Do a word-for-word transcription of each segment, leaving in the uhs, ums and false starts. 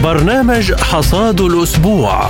برنامج حصاد الأسبوع.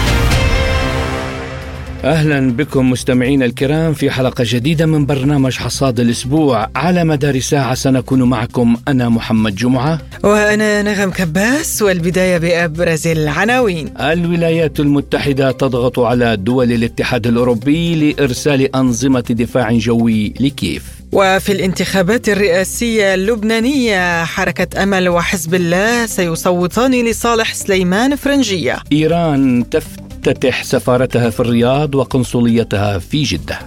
أهلا بكم مستمعين الكرام في حلقة جديدة من برنامج حصاد الأسبوع. على مدار ساعة سنكون معكم أنا محمد جمعة وأنا نغم كباس، والبداية بأبرز العناوين. الولايات المتحدة تضغط على دول الاتحاد الأوروبي لإرسال أنظمة دفاع جوي لكييف. وفي الانتخابات الرئاسية اللبنانية حركة أمل وحزب الله سيصوتان لصالح سليمان فرنجية. إيران تفتتح سفارتها في الرياض وقنصليتها في جدة.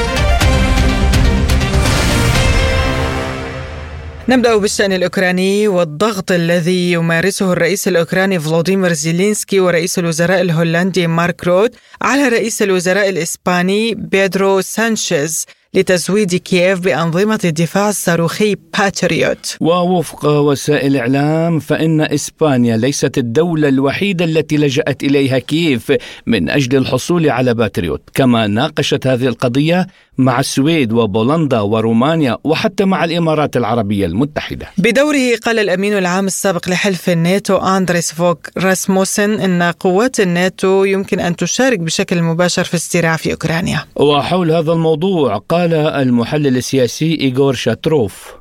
نبدأ بالشأن الأوكراني والضغط الذي يمارسه الرئيس الأوكراني فلوديمير زيلينسكي ورئيس الوزراء الهولندي مارك روت على رئيس الوزراء الإسباني بيدرو سانشيز لتزويد كييف بأنظمة الدفاع الصاروخي باتريوت. ووفق وسائل إعلام فإن إسبانيا ليست الدولة الوحيدة التي لجأت إليها كييف من أجل الحصول على باتريوت، كما ناقشت هذه القضية مع السويد وبولندا ورومانيا وحتى مع الإمارات العربية المتحدة. بدوره قال الأمين العام السابق لحلف الناتو أندريس فوك راسموسن إن قوات الناتو يمكن أن تشارك بشكل مباشر في استيراف أوكرانيا. وحول هذا الموضوع قال المحلل السياسي إيغور شاتروف: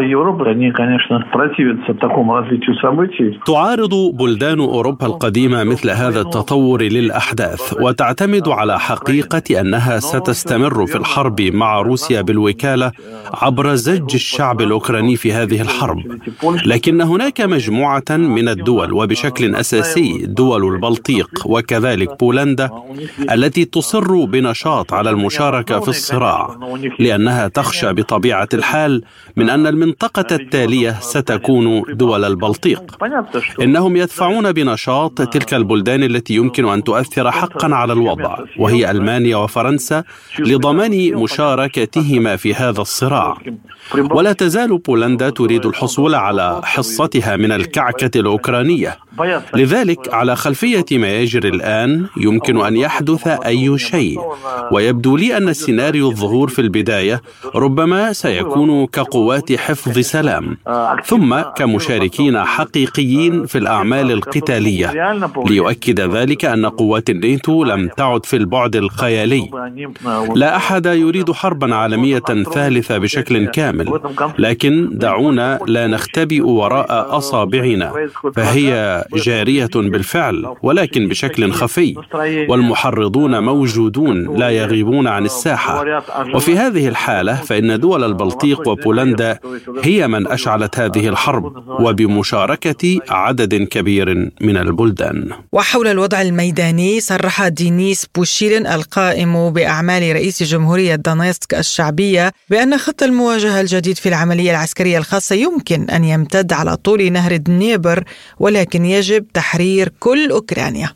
تعارض بلدان أوروبا القديمة مثل هذا التطور للأحداث، وتعتمد على حقيقة أنها ستستمر في الحرب مع روسيا بالوكالة عبر زج الشعب الأوكراني في هذه الحرب. لكن هناك مجموعة من الدول وبشكل أساسي دول البلطيق وكذلك بولندا التي تصر بنشاط على المشاركة في الصراع، لأنها تخشى بطبيعة الحال من أن المنطقة التالية ستكون دول البلطيق. إنهم يدفعون بنشاط تلك البلدان التي يمكن أن تؤثر حقا على الوضع، وهي ألمانيا وفرنسا، لضمان مشاركتهما في هذا الصراع. ولا تزال بولندا تريد الحصول على حصتها من الكعكة الأوكرانية. لذلك على خلفية ما يجري الآن يمكن أن يحدث أي شيء، ويبدو لي أن السيناريو الظهور في البداية ربما سيكون كقوات حفظ سلام، ثم كمشاركين حقيقيين في الأعمال القتالية، ليؤكد ذلك أن قوات الناتو لم تعد في البعد الخيالي. لا أحد يريد حربا عالمية ثالثة بشكل كامل، لكن دعونا لا نختبئ وراء أصابعنا، فهي جارية بالفعل ولكن بشكل خفي، والمحرضون موجودون لا يغيبون عن الساحة. وفي هذه الحالة فإن دول البلطيق وبولندا هي من أشعلت هذه الحرب، وبمشاركة عدد كبير من البلدان. وحول الوضع الميداني صرح دينيس بوشيلين القائم بأعمال رئيس جمهورية دونيتسك الشعبية بأن خط المواجهة الجديد في العملية العسكرية الخاصة يمكن أن يمتد على طول نهر دنيبر، ولكن يجب تحرير كل أوكرانيا.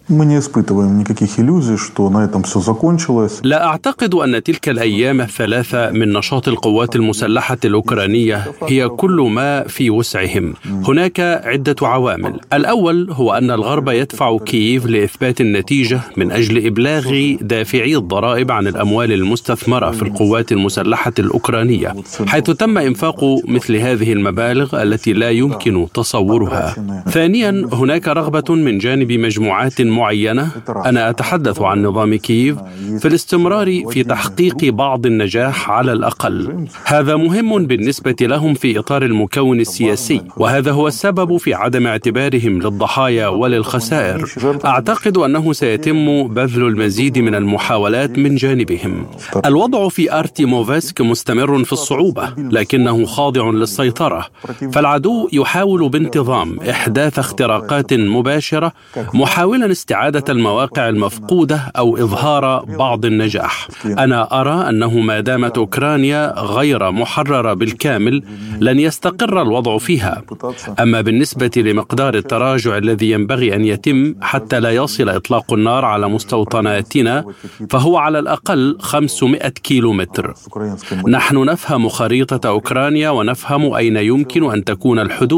لا أعتقد أن تلك الأيام الثلاثة من نشاط القوات المسلحة الأوكرانية هي كل ما في وسعهم. هناك عدة عوامل. الأول هو أن الغرب يدفع كييف لإثبات النتيجة من أجل إبلاغ دافعي الضرائب عن الأموال المستثمرة في القوات المسلحة الأوكرانية، حيث تم إنفاق مثل هذه المبالغ التي لا يمكن تصورها. ثانيا هناك رغبة من جانب مجموعات معينة، أنا أتحدث عن نظام كييف، في الاستمرار في تحقيق بعض النجاح على الأقل. هذا مهم بالنسبة لهم في إطار المكون السياسي، وهذا هو السبب في عدم اعتبارهم للضحايا وللخسائر. أعتقد أنه سيتم بذل المزيد من المحاولات من جانبهم. الوضع في أرتيموفسك مستمر في الصعوبة، لكنه خاضع للسيطرة، فالعدو يحاول بانتظام إحداث اختراقات مباشرة محاولا استعادة المواقع المفقودة أو إظهار بعض النجاح. أنا أرى أنه ما دامت أوكرانيا غير محررة بالكامل لن يستقر الوضع فيها. أما بالنسبة لمقدار التراجع الذي ينبغي أن يتم حتى لا يصل إطلاق النار على مستوطناتنا فهو على الأقل خمسمائة كيلومتر. نحن نفهم خريطة أوكرانيا ونفهم أين يمكن أن تكون الحدود.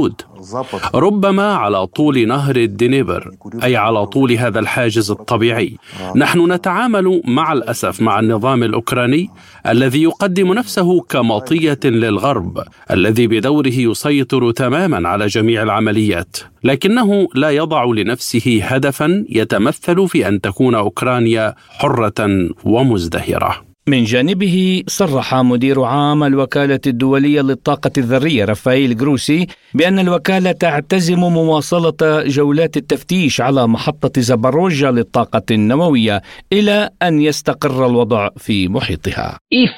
ربما على طول نهر الدنيبر، أي على طول هذا الحاجز الطبيعي. نحن نتعامل مع الأسف مع النظام الأوكراني الذي يقدم نفسه كمطية للغرب، الذي بدوره يسيطر تماما على جميع العمليات، لكنه لا يضع لنفسه هدفا يتمثل في أن تكون أوكرانيا حرة ومزدهرة. من جانبه صرح مدير عام الوكالة الدولية للطاقة الذرية رافائيل جروسي بأن الوكالة تعتزم مواصلة جولات التفتيش على محطة زاباروجيا للطاقة النووية إلى أن يستقر الوضع في محيطها.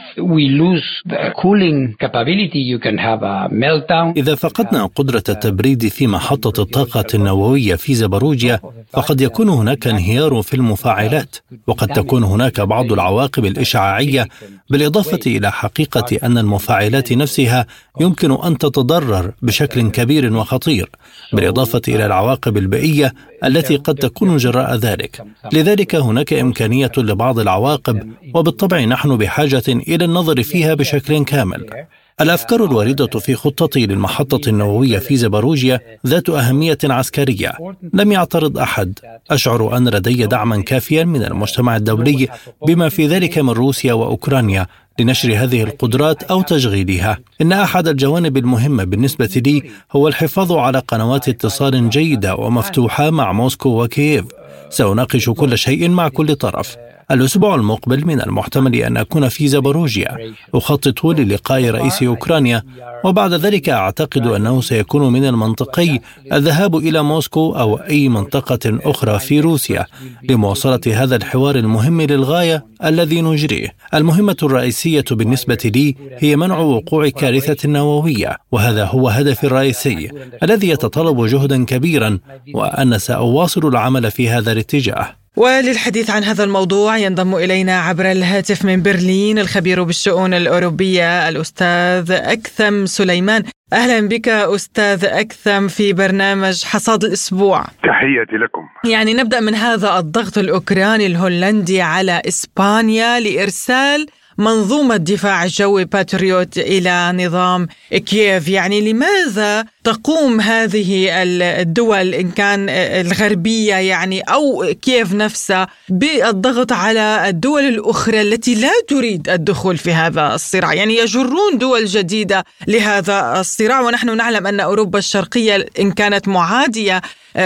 إذا فقدنا قدرة التبريد في محطة الطاقة النووية في زاباروجيا فقد يكون هناك انهيار في المفاعلات، وقد تكون هناك بعض العواقب الإشعاعية، بالإضافة إلى حقيقة أن المفاعلات نفسها يمكن أن تتضرر بشكل كبير وخطير، بالإضافة إلى العواقب البيئية التي قد تكون جراء ذلك. لذلك هناك إمكانية لبعض العواقب، وبالطبع نحن بحاجة إلى النظر فيها بشكل كامل. الأفكار الواردة في خطتي للمحطة النووية في زاباروجيا ذات أهمية عسكرية. لم يعترض أحد. أشعر أن لدي دعما كافيا من المجتمع الدولي بما في ذلك من روسيا وأوكرانيا لنشر هذه القدرات أو تشغيلها. إن أحد الجوانب المهمة بالنسبة لي هو الحفاظ على قنوات اتصال جيدة ومفتوحة مع موسكو وكييف. سأناقش كل شيء مع كل طرف. الأسبوع المقبل من المحتمل أن أكون في زاباروجيا، أخطط للقاء رئيس أوكرانيا، وبعد ذلك أعتقد أنه سيكون من المنطقي الذهاب إلى موسكو أو أي منطقة أخرى في روسيا لمواصلة هذا الحوار المهم للغاية الذي نجريه. المهمة الرئيسية بالنسبة لي هي منع وقوع كارثة نووية، وهذا هو هدفي الرئيسي الذي يتطلب جهدا كبيرا، وأنا سأواصل العمل في هذا الاتجاه. وللحديث عن هذا الموضوع ينضم إلينا عبر الهاتف من برلين الخبير بالشؤون الأوروبية الأستاذ أكثم سليمان. أهلا بك أستاذ أكثم في برنامج حصاد الأسبوع. تحياتي لكم. يعني نبدأ من هذا الضغط الأوكراني الهولندي على إسبانيا لإرسال منظومة دفاع الجوي باتريوت إلى نظام كييف. يعني لماذا تقوم هذه الدول إن كان الغربية يعني أو كييف نفسها بالضغط على الدول الأخرى التي لا تريد الدخول في هذا الصراع؟ يعني يجرون دول جديدة لهذا الصراع، ونحن نعلم أن أوروبا الشرقية إن كانت معادية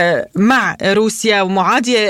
مع روسيا ومعادية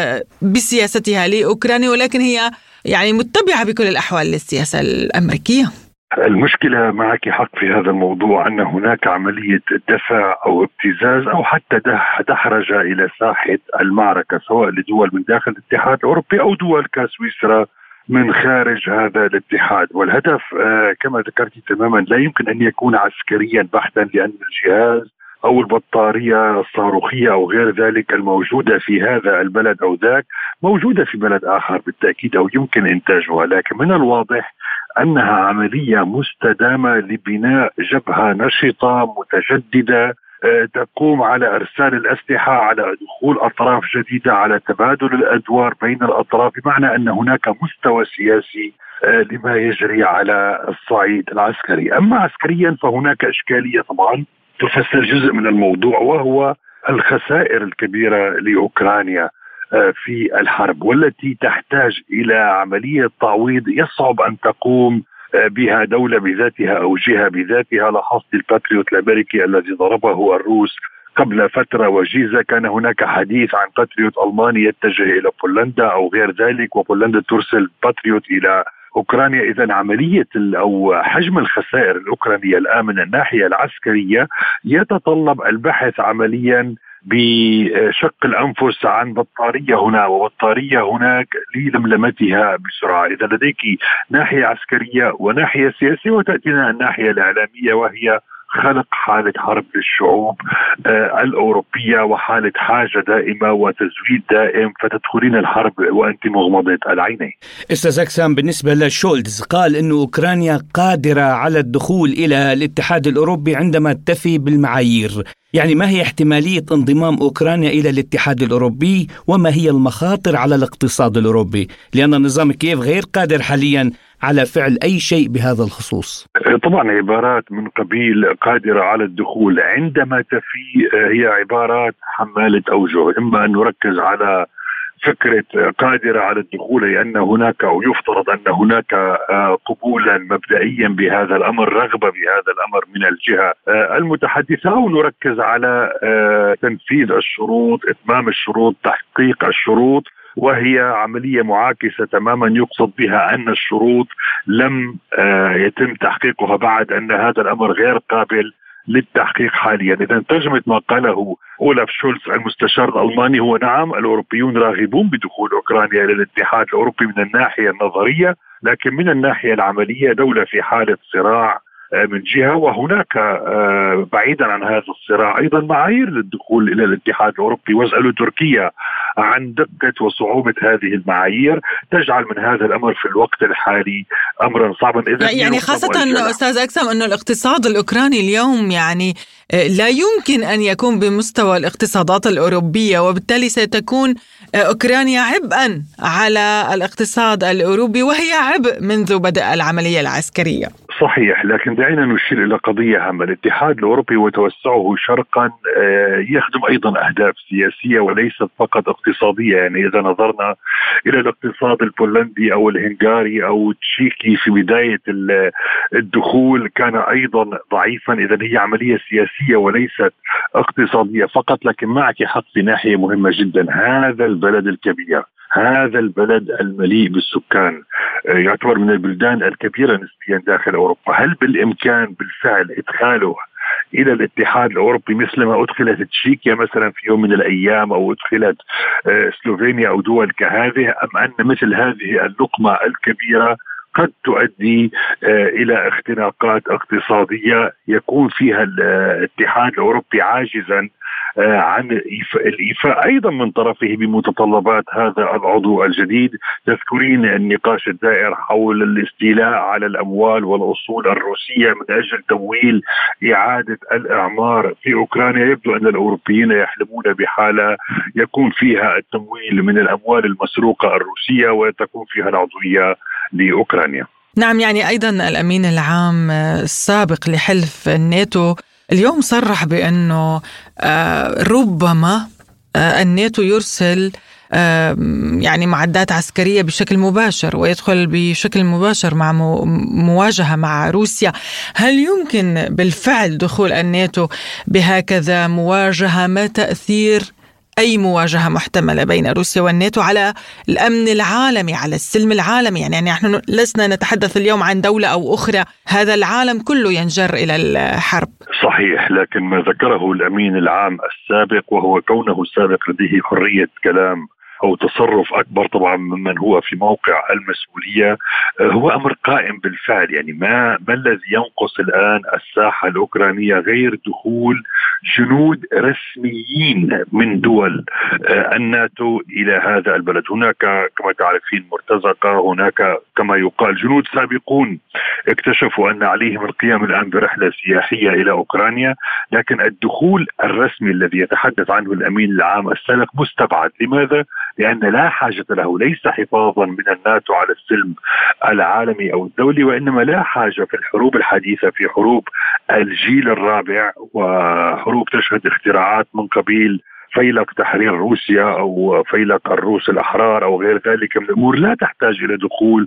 بسياستها لأوكرانيا، ولكن هي يعني متبعة بكل الأحوال للسياسة الأمريكية. المشكلة معك حق في هذا الموضوع أن هناك عملية دفع أو ابتزاز أو حتى دحرجة إلى ساحة المعركة، سواء لدول من داخل الاتحاد الأوروبي أو دول كسويسرا من خارج هذا الاتحاد. والهدف آه كما ذكرت تماما لا يمكن أن يكون عسكريا بحتا، لأن الجهاز أو البطارية الصاروخية أو غير ذلك الموجودة في هذا البلد أو ذاك موجودة في بلد آخر بالتأكيد أو يمكن إنتاجها، لكن من الواضح أنها عملية مستدامة لبناء جبهة نشطة متجددة تقوم على إرسال الأسلحة، على دخول أطراف جديدة، على تبادل الأدوار بين الأطراف، بمعنى أن هناك مستوى سياسي لما يجري على الصعيد العسكري. أما عسكريا فهناك إشكالية طبعا تفسر جزء من الموضوع، وهو الخسائر الكبيرة لأوكرانيا في الحرب، والتي تحتاج إلى عملية تعويض يصعب أن تقوم بها دولة بذاتها أو جهة بذاتها. لاحظت الباتريوت الأمريكي الذي ضربه الروس قبل فترة وجيزة، كان هناك حديث عن باتريوت ألماني يتجه إلى بولندا أو غير ذلك، وبولندا ترسل باتريوت إلى أوكرانيا. إذن عملية أو حجم الخسائر الأوكرانية الآن من الناحية العسكرية يتطلب البحث عمليا بشق الأنفس عن بطارية هنا وبطارية هناك للملمتها بسرعة. إذا لديك ناحية عسكرية وناحية سياسية، وتأتينا الناحية الإعلامية وهي خلق حالة حرب للشعوب آه الأوروبية وحالة حاجة دائمة وتزويد دائم، فتدخلين الحرب وأنت مغمضة العينين. أستاذ أكثم، بالنسبة لشولتز قال أن أوكرانيا قادرة على الدخول إلى الاتحاد الأوروبي عندما تفي بالمعايير. يعني ما هي احتمالية انضمام أوكرانيا إلى الاتحاد الأوروبي وما هي المخاطر على الاقتصاد الأوروبي؟ لأن نظام كييف غير قادر حاليا على فعل أي شيء بهذا الخصوص. طبعا عبارات من قبيل قادرة على الدخول عندما تفي هي عبارات حمالة أوجه، إما أن نركز على فكرة قادرة على الدخول لأن هناك أو يفترض أن هناك قبولا مبدئيا بهذا الأمر، رغبة بهذا الأمر من الجهة المتحدثة، أو نركز على تنفيذ الشروط، إتمام الشروط، تحقيق الشروط، وهي عملية معاكسة تماما يقصد بها أن الشروط لم يتم تحقيقها بعد، أن هذا الأمر غير قابل للتحقيق حاليا. إذا ترجمة ما قاله أولاف شولز المستشار الألماني هو نعم الأوروبيون راغبون بدخول أوكرانيا إلى الاتحاد الأوروبي من الناحية النظرية، لكن من الناحية العملية دولة في حالة صراع من جهة، وهناك بعيدا عن هذا الصراع أيضا معايير للدخول إلى الاتحاد الأوروبي. واسألوا تركيا عن دقة وصعوبة هذه المعايير، تجعل من هذا الأمر في الوقت الحالي أمرا صعبا. إذا يعني خاصة أستاذ أكسم أنه الاقتصاد الأوكراني اليوم يعني لا يمكن أن يكون بمستوى الاقتصادات الأوروبية، وبالتالي ستكون أوكرانيا عبئا على الاقتصاد الأوروبي، وهي عبء منذ بدء العملية العسكرية. صحيح، لكن دعينا نشير إلى قضية هامة. الاتحاد الأوروبي وتوسعه شرقا يخدم أيضا أهداف سياسية وليست فقط اقتصادية. يعني إذا نظرنا إلى الاقتصاد البولندي أو الهنغاري أو التشيكي في بداية الدخول كان أيضا ضعيفا، إذا هي عملية سياسية وليست اقتصادية فقط. لكن معك حق في ناحية مهمة جدا، هذا البلد الكبير، هذا البلد المليء بالسكان، يعتبر من البلدان الكبيرة نسبيا داخل أوروبا، هل بالإمكان بالفعل إدخاله إلى الاتحاد الأوروبي مثل ما أدخلت تشيكيا مثلا في يوم من الأيام، أو أدخلت سلوفينيا أو دول كهذه، أم أن مثل هذه اللقمة الكبيرة قد تؤدي إلى اختناقات اقتصادية يكون فيها الاتحاد الأوروبي عاجزا عن الإيفاء أيضا من طرفه بمتطلبات هذا العضو الجديد؟ تذكرين النقاش الدائر حول الاستيلاء على الأموال والأصول الروسية من أجل تمويل إعادة الإعمار في أوكرانيا. يبدو أن الأوروبيين يحلمون بحالة يكون فيها التمويل من الأموال المسروقة الروسية وتكون فيها العضوية لأوكرانيا. نعم، يعني أيضا الأمين العام السابق لحلف الناتو اليوم صرح بأنه ربما الناتو يرسل يعني معدات عسكرية بشكل مباشر ويدخل بشكل مباشر مع مواجهة مع روسيا. هل يمكن بالفعل دخول الناتو بهكذا مواجهة؟ ما تأثير أي مواجهة محتملة بين روسيا والناتو على الأمن العالمي، على السلم العالمي؟ يعني نحن لسنا نتحدث اليوم عن دولة أو أخرى، هذا العالم كله ينجر إلى الحرب. صحيح، لكن ما ذكره الأمين العام السابق، وهو كونه السابق لديه حرية كلام أو تصرف أكبر طبعا ممن هو في موقع المسؤولية، هو أمر قائم بالفعل. يعني ما, ما الذي ينقص الآن الساحة الأوكرانية غير دخول جنود رسميين من دول الناتو إلى هذا البلد؟ هناك كما تعرفين مرتزقة، هناك كما يقال جنود سابقون اكتشفوا أن عليهم القيام الآن برحلة سياحية إلى أوكرانيا، لكن الدخول الرسمي الذي يتحدث عنه الأمين العام السابق مستبعد. لماذا؟ لأن لا حاجة له، ليس حفاظا من الناتو على السلم العالمي أو الدولي، وإنما لا حاجة في الحروب الحديثة، في حروب الجيل الرابع وحروب تشهد اختراعات من قبيل فيلق تحرير روسيا أو فيلق الروس الأحرار أو غير ذلك من الأمور، لا تحتاج إلى دخول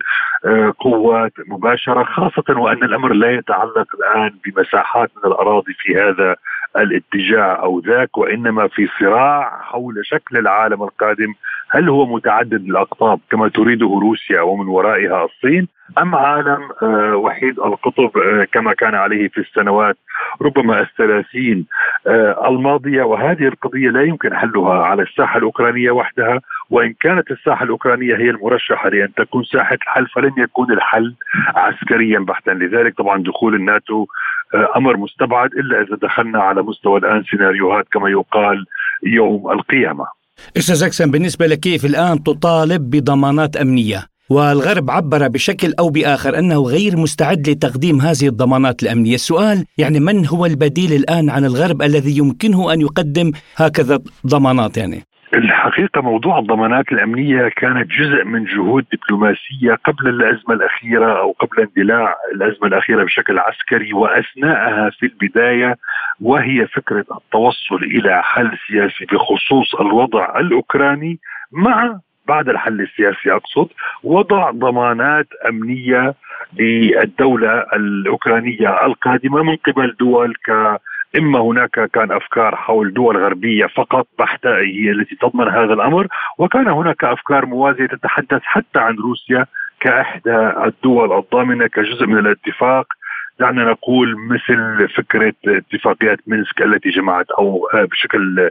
قوات مباشرة، خاصة وأن الأمر لا يتعلق الآن بمساحات من الأراضي في هذا الاتجاه أو ذاك، وإنما في صراع حول شكل العالم القادم. هل هو متعدد الأقطاب كما تريده روسيا ومن ورائها الصين، أم عالم وحيد القطب كما كان عليه في السنوات ربما الثلاثين الماضية؟ وهذه القضية لا يمكن حلها على الساحة الأوكرانية وحدها، وإن كانت الساحة الأوكرانية هي المرشحة لأن تكون ساحة الحل، فلن يكون الحل عسكريا بحتا. لذلك طبعا دخول الناتو أمر مستبعد، إلا إذا دخلنا على مستوى الآن سيناريوهات كما يقال يوم القيامة. أستاذ أكسم، بالنسبة لكيف الآن تطالب بضمانات أمنية، والغرب عبر بشكل أو بآخر أنه غير مستعد لتقديم هذه الضمانات الأمنية. السؤال يعني من هو البديل الآن عن الغرب الذي يمكنه أن يقدم هكذا ضمانات؟ يعني الحقيقة موضوع الضمانات الأمنية كانت جزء من جهود دبلوماسية قبل الأزمة الأخيرة أو قبل اندلاع الأزمة الأخيرة بشكل عسكري وأثناءها في البداية، وهي فكرة التوصل إلى حل سياسي بخصوص الوضع الأوكراني، مع بعد الحل السياسي أقصد وضع ضمانات أمنية للدولة الأوكرانية القادمة من قبل دول ك إما هناك كان أفكار حول دول غربية فقط بحتة هي التي تضمن هذا الأمر، وكان هناك أفكار موازية تتحدث حتى عن روسيا كإحدى الدول الضامنة كجزء من الاتفاق. دعنا نقول مثل فكرة اتفاقيات مينسك التي جمعت أو بشكل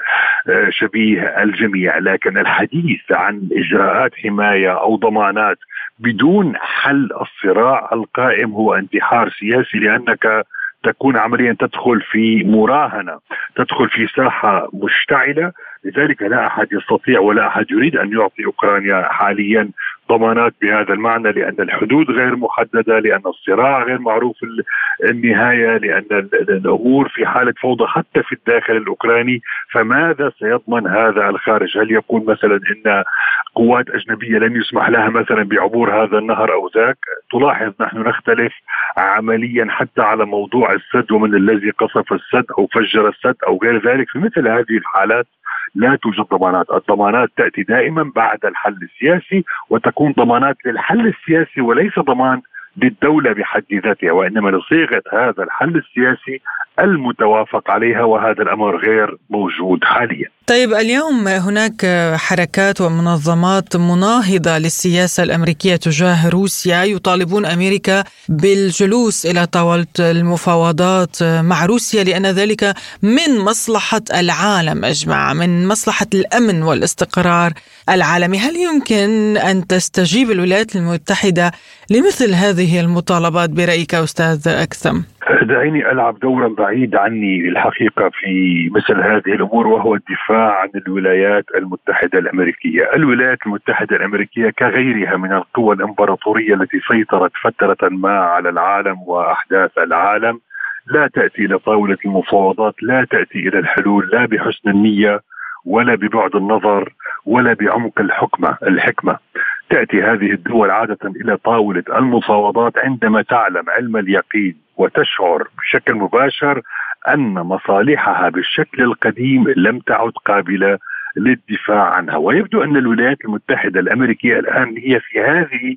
شبيه الجميع. لكن الحديث عن إجراءات حماية أو ضمانات بدون حل الصراع القائم هو انتحار سياسي، لأنك تكون عمليا تدخل في مراهنة، تدخل في ساحة مشتعلة. لذلك لا أحد يستطيع ولا أحد يريد أن يعطي أوكرانيا حاليا ضمانات بهذا المعنى، لأن الحدود غير محددة، لأن الصراع غير معروف النهاية، لأن الأمور في حالة فوضى حتى في الداخل الأوكراني. فماذا سيضمن هذا الخارج؟ هل يكون مثلا إن قوات أجنبية لن يسمح لها مثلا بعبور هذا النهر أو ذاك؟ تلاحظ نحن نختلف عمليا حتى على موضوع السد ومن الذي قصف السد أو فجر السد أو غير ذلك. في مثل هذه الحالات لا توجد ضمانات، الضمانات تأتي دائما بعد الحل السياسي، وتكون ضمانات للحل السياسي وليس ضمان للدولة بحد ذاتها، وإنما لصيغة هذا الحل السياسي المتوافق عليها، وهذا الأمر غير موجود حاليا. طيب، اليوم هناك حركات ومنظمات مناهضة للسياسة الأمريكية تجاه روسيا يطالبون أمريكا بالجلوس إلى طاولة المفاوضات مع روسيا، لأن ذلك من مصلحة العالم أجمع، من مصلحة الأمن والاستقرار العالمي. هل يمكن أن تستجيب الولايات المتحدة لمثل هذه المطالبات برأيك أستاذ أكثم؟ دعيني ألعب دورا بعيد عني الحقيقة في مثل هذه الأمور، وهو الدفاع عن الولايات المتحدة الأمريكية. الولايات المتحدة الأمريكية كغيرها من القوى الإمبراطورية التي سيطرت فترة ما على العالم وأحداث العالم لا تأتي إلى طاولة المفاوضات، لا تأتي إلى الحلول، لا بحسن النية ولا ببعد النظر ولا بعمق الحكمة الحكمة. تأتي هذه الدول عادة إلى طاولة المفاوضات عندما تعلم علم اليقين وتشعر بشكل مباشر أن مصالحها بالشكل القديم لم تعد قابلة للدفاع عنها. ويبدو أن الولايات المتحدة الأمريكية الآن هي في هذه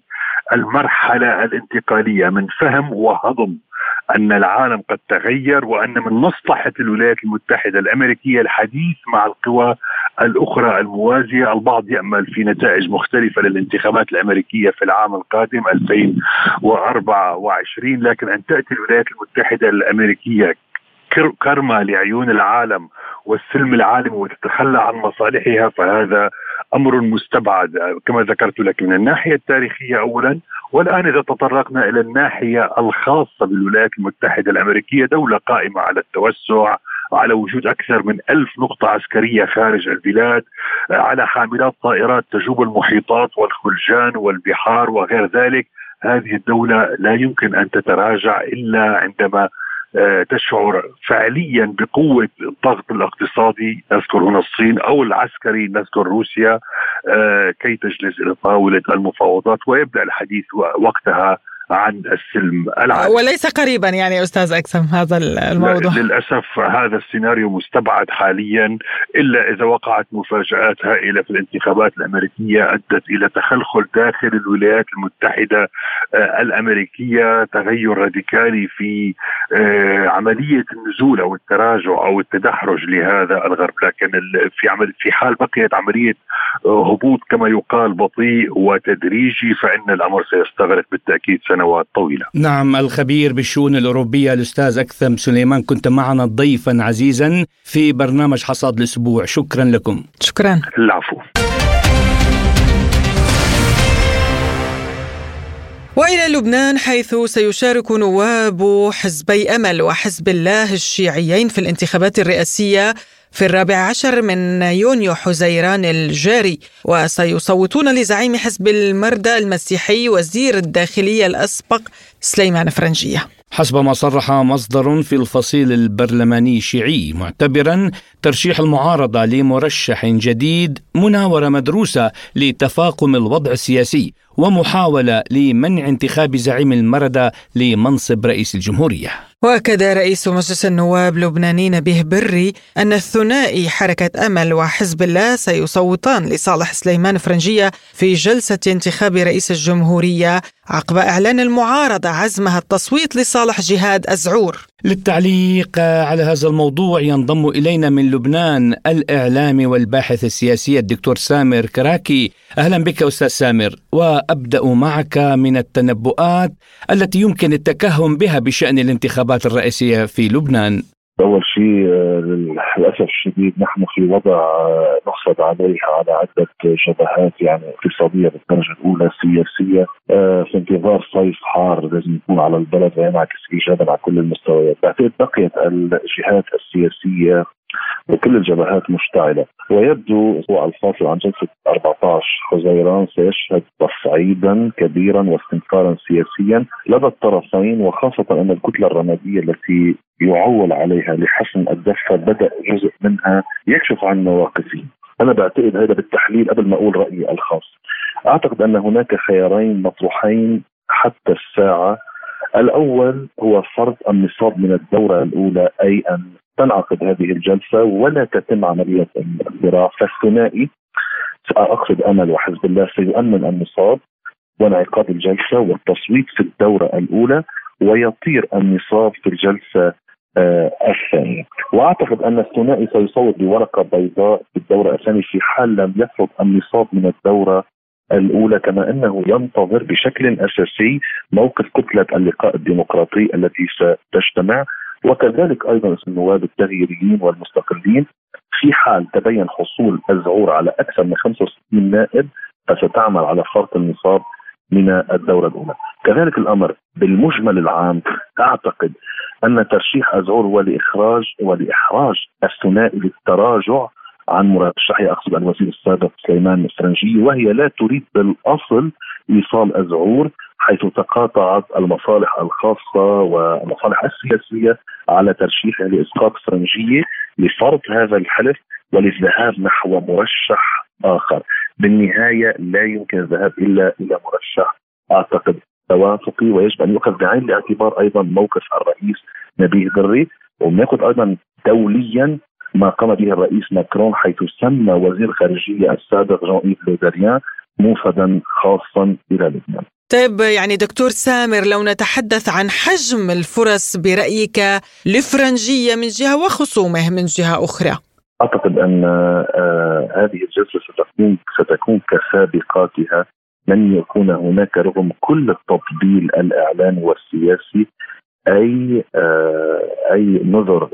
المرحلة الانتقالية من فهم وهضم أن العالم قد تغير، وأن من مصلحة الولايات المتحدة الأمريكية الحديث مع القوى الأخرى الموازية. البعض يأمل في نتائج مختلفة للانتخابات الأمريكية في العام القادم ألفين وأربعة وعشرين، لكن أن تأتي الولايات المتحدة الأمريكية كرمة لعيون العالم والسلم العالمي وتتخلى عن مصالحها فهذا أمر مستبعد كما ذكرت لك من الناحية التاريخية أولا. والآن إذا تطرقنا إلى الناحية الخاصة بالولايات المتحدة الأمريكية، دولة قائمة على التوسع، على وجود أكثر من ألف نقطة عسكرية خارج البلاد، على حاملات طائرات تجوب المحيطات والخلجان والبحار وغير ذلك. هذه الدولة لا يمكن أن تتراجع إلا عندما تشعر فعليا بقوة الضغط الاقتصادي، نذكر هنا الصين، أو العسكري، نذكر روسيا، كي تجلس إلى طاولة المفاوضات ويبدأ الحديث وقتها عن السلم العالمي. وليس قريبا يعني أستاذ أكثم هذا الموضوع. للأسف هذا السيناريو مستبعد حاليا، إلا إذا وقعت مفاجآت هائلة في الانتخابات الأمريكية أدت إلى تخلخل داخل الولايات المتحدة الأمريكية، تغير راديكالي في عملية النزول أو التراجع أو التدحرج لهذا الغرب. لكن في عمل في حال بقيت عملية هبوط كما يقال بطيء وتدريجي، فإن الأمر سيستغرق بالتأكيد سنوات طويلة. نعم، الخبير بالشؤون الأوروبية الأستاذ أكثم سليمان، كنت معنا ضيفا عزيزا في برنامج حصاد الأسبوع. شكرا لكم. وإلى لبنان، حيث سيشارك نواب حزبي أمل وحزب الله الشيعيين في الانتخابات الرئاسية في الرابع عشر من يونيو حزيران الجاري، وسيصوتون لزعيم حزب المردة المسيحي وزير الداخلية الأسبق سليمان فرنجية. حسب ما صرح مصدر في الفصيل البرلماني الشيعي، معتبرا ترشيح المعارضة لمرشح جديد مناورة مدروسة لتفاقم الوضع السياسي ومحاولة لمنع انتخاب زعيم المردة لمنصب رئيس الجمهورية. وأكد رئيس مجلس النواب لبناني نبيه بري أن الثنائي حركة أمل وحزب الله سيصوتان لصالح سليمان فرنجية في جلسة انتخاب رئيس الجمهورية عقب إعلان المعارضة عزمها التصويت لصالح جهاد أزعور. للتعليق على هذا الموضوع ينضم إلينا من لبنان الإعلامي والباحث السياسي الدكتور سامر كراكي. أهلا بك أستاذ سامر، وأبدأ معك من التنبؤات التي يمكن التكهن بها بشأن الانتخابات الرئاسية في لبنان. أول شيء للأسف الشديد نحن في وضع نحصد عليها على عدة جبهات، يعني اقتصادية بالدرجة الأولى، سياسية، في انتظار صيف حار لازم يكون على البلد وينعكس إيجابا على كل المستويات. بعتقد بقيت الجهات السياسية وكل الجبهات مشتعلة، ويبدو هو الفاصل عن جلسة أربعة عشر حزيران سيشهد تصعيدا كبيرا واستنفارا سياسيا لدى الطرفين، وخاصة أن الكتلة الرمادية التي يعول عليها لحسم الدفة بدأ جزء منها يكشف عن مواقفه. أنا بعتقد هذا بالتحليل قبل ما أقول رأيي الخاص. أعتقد أن هناك خيارين مطروحين حتى الساعة. الأول هو فرض النصاب من الدورة الأولى، أي أن تنعقد هذه الجلسة ولا تتم عملية الاقتراع، فالثنائي أقصد أمل وحزب الله سيؤمن النصاب وانعقاد الجلسة والتصويت في الدورة الأولى، ويطير النصاب في الجلسة آه الثانية. وأعتقد أن الثنائي سيصوت بورقة بيضاء في الدورة الثانية في حال لم يفرض النصاب من الدورة الأولى، كما أنه ينتظر بشكل أساسي موقف كتلة اللقاء الديمقراطي التي ستجتمع، وكذلك أيضا النواب التغييريين والمستقلين. في حال تبين حصول أزعور على أكثر من خمسة وستين نائب فستعمل على فرض النصاب من الدورة الأولى. كذلك الأمر بالمجمل العام، أعتقد أن ترشيح أزعور هو لإخراج ولإحراج الثنائي للتراجع عن مرشحي، أقصد الوزير السابق سليمان فرنجية، وهي لا تريد بالأصل إيصال أزعور، حيث تقاطعت المصالح الخاصة والمصالح السياسية على ترشيحه لإسقاط فرنجية لفرض هذا الحلف وللذهاب نحو مرشح آخر. بالنهاية لا يمكن الذهاب إلا إلى مرشح أعتقد توافقي، ويجب أن يؤخذ بعين الاعتبار أيضا موقف الرئيس نبيه بري، ونأخذ أيضا دوليا ما قام به الرئيس ماكرون، حيث سمى وزير خارجية السابق جان إيف لو دريان موفدا خاصا إلى لبنان. طيب، يعني دكتور سامر، لو نتحدث عن حجم الفرص برأيك لفرنجية من جهة وخصومه من جهة أخرى. أعتقد أن آه هذه الجلسة ستكون ستكون كسابقاتها، لن يكون هناك رغم كل التطبيل الإعلامي والسياسي أي آه أي نظر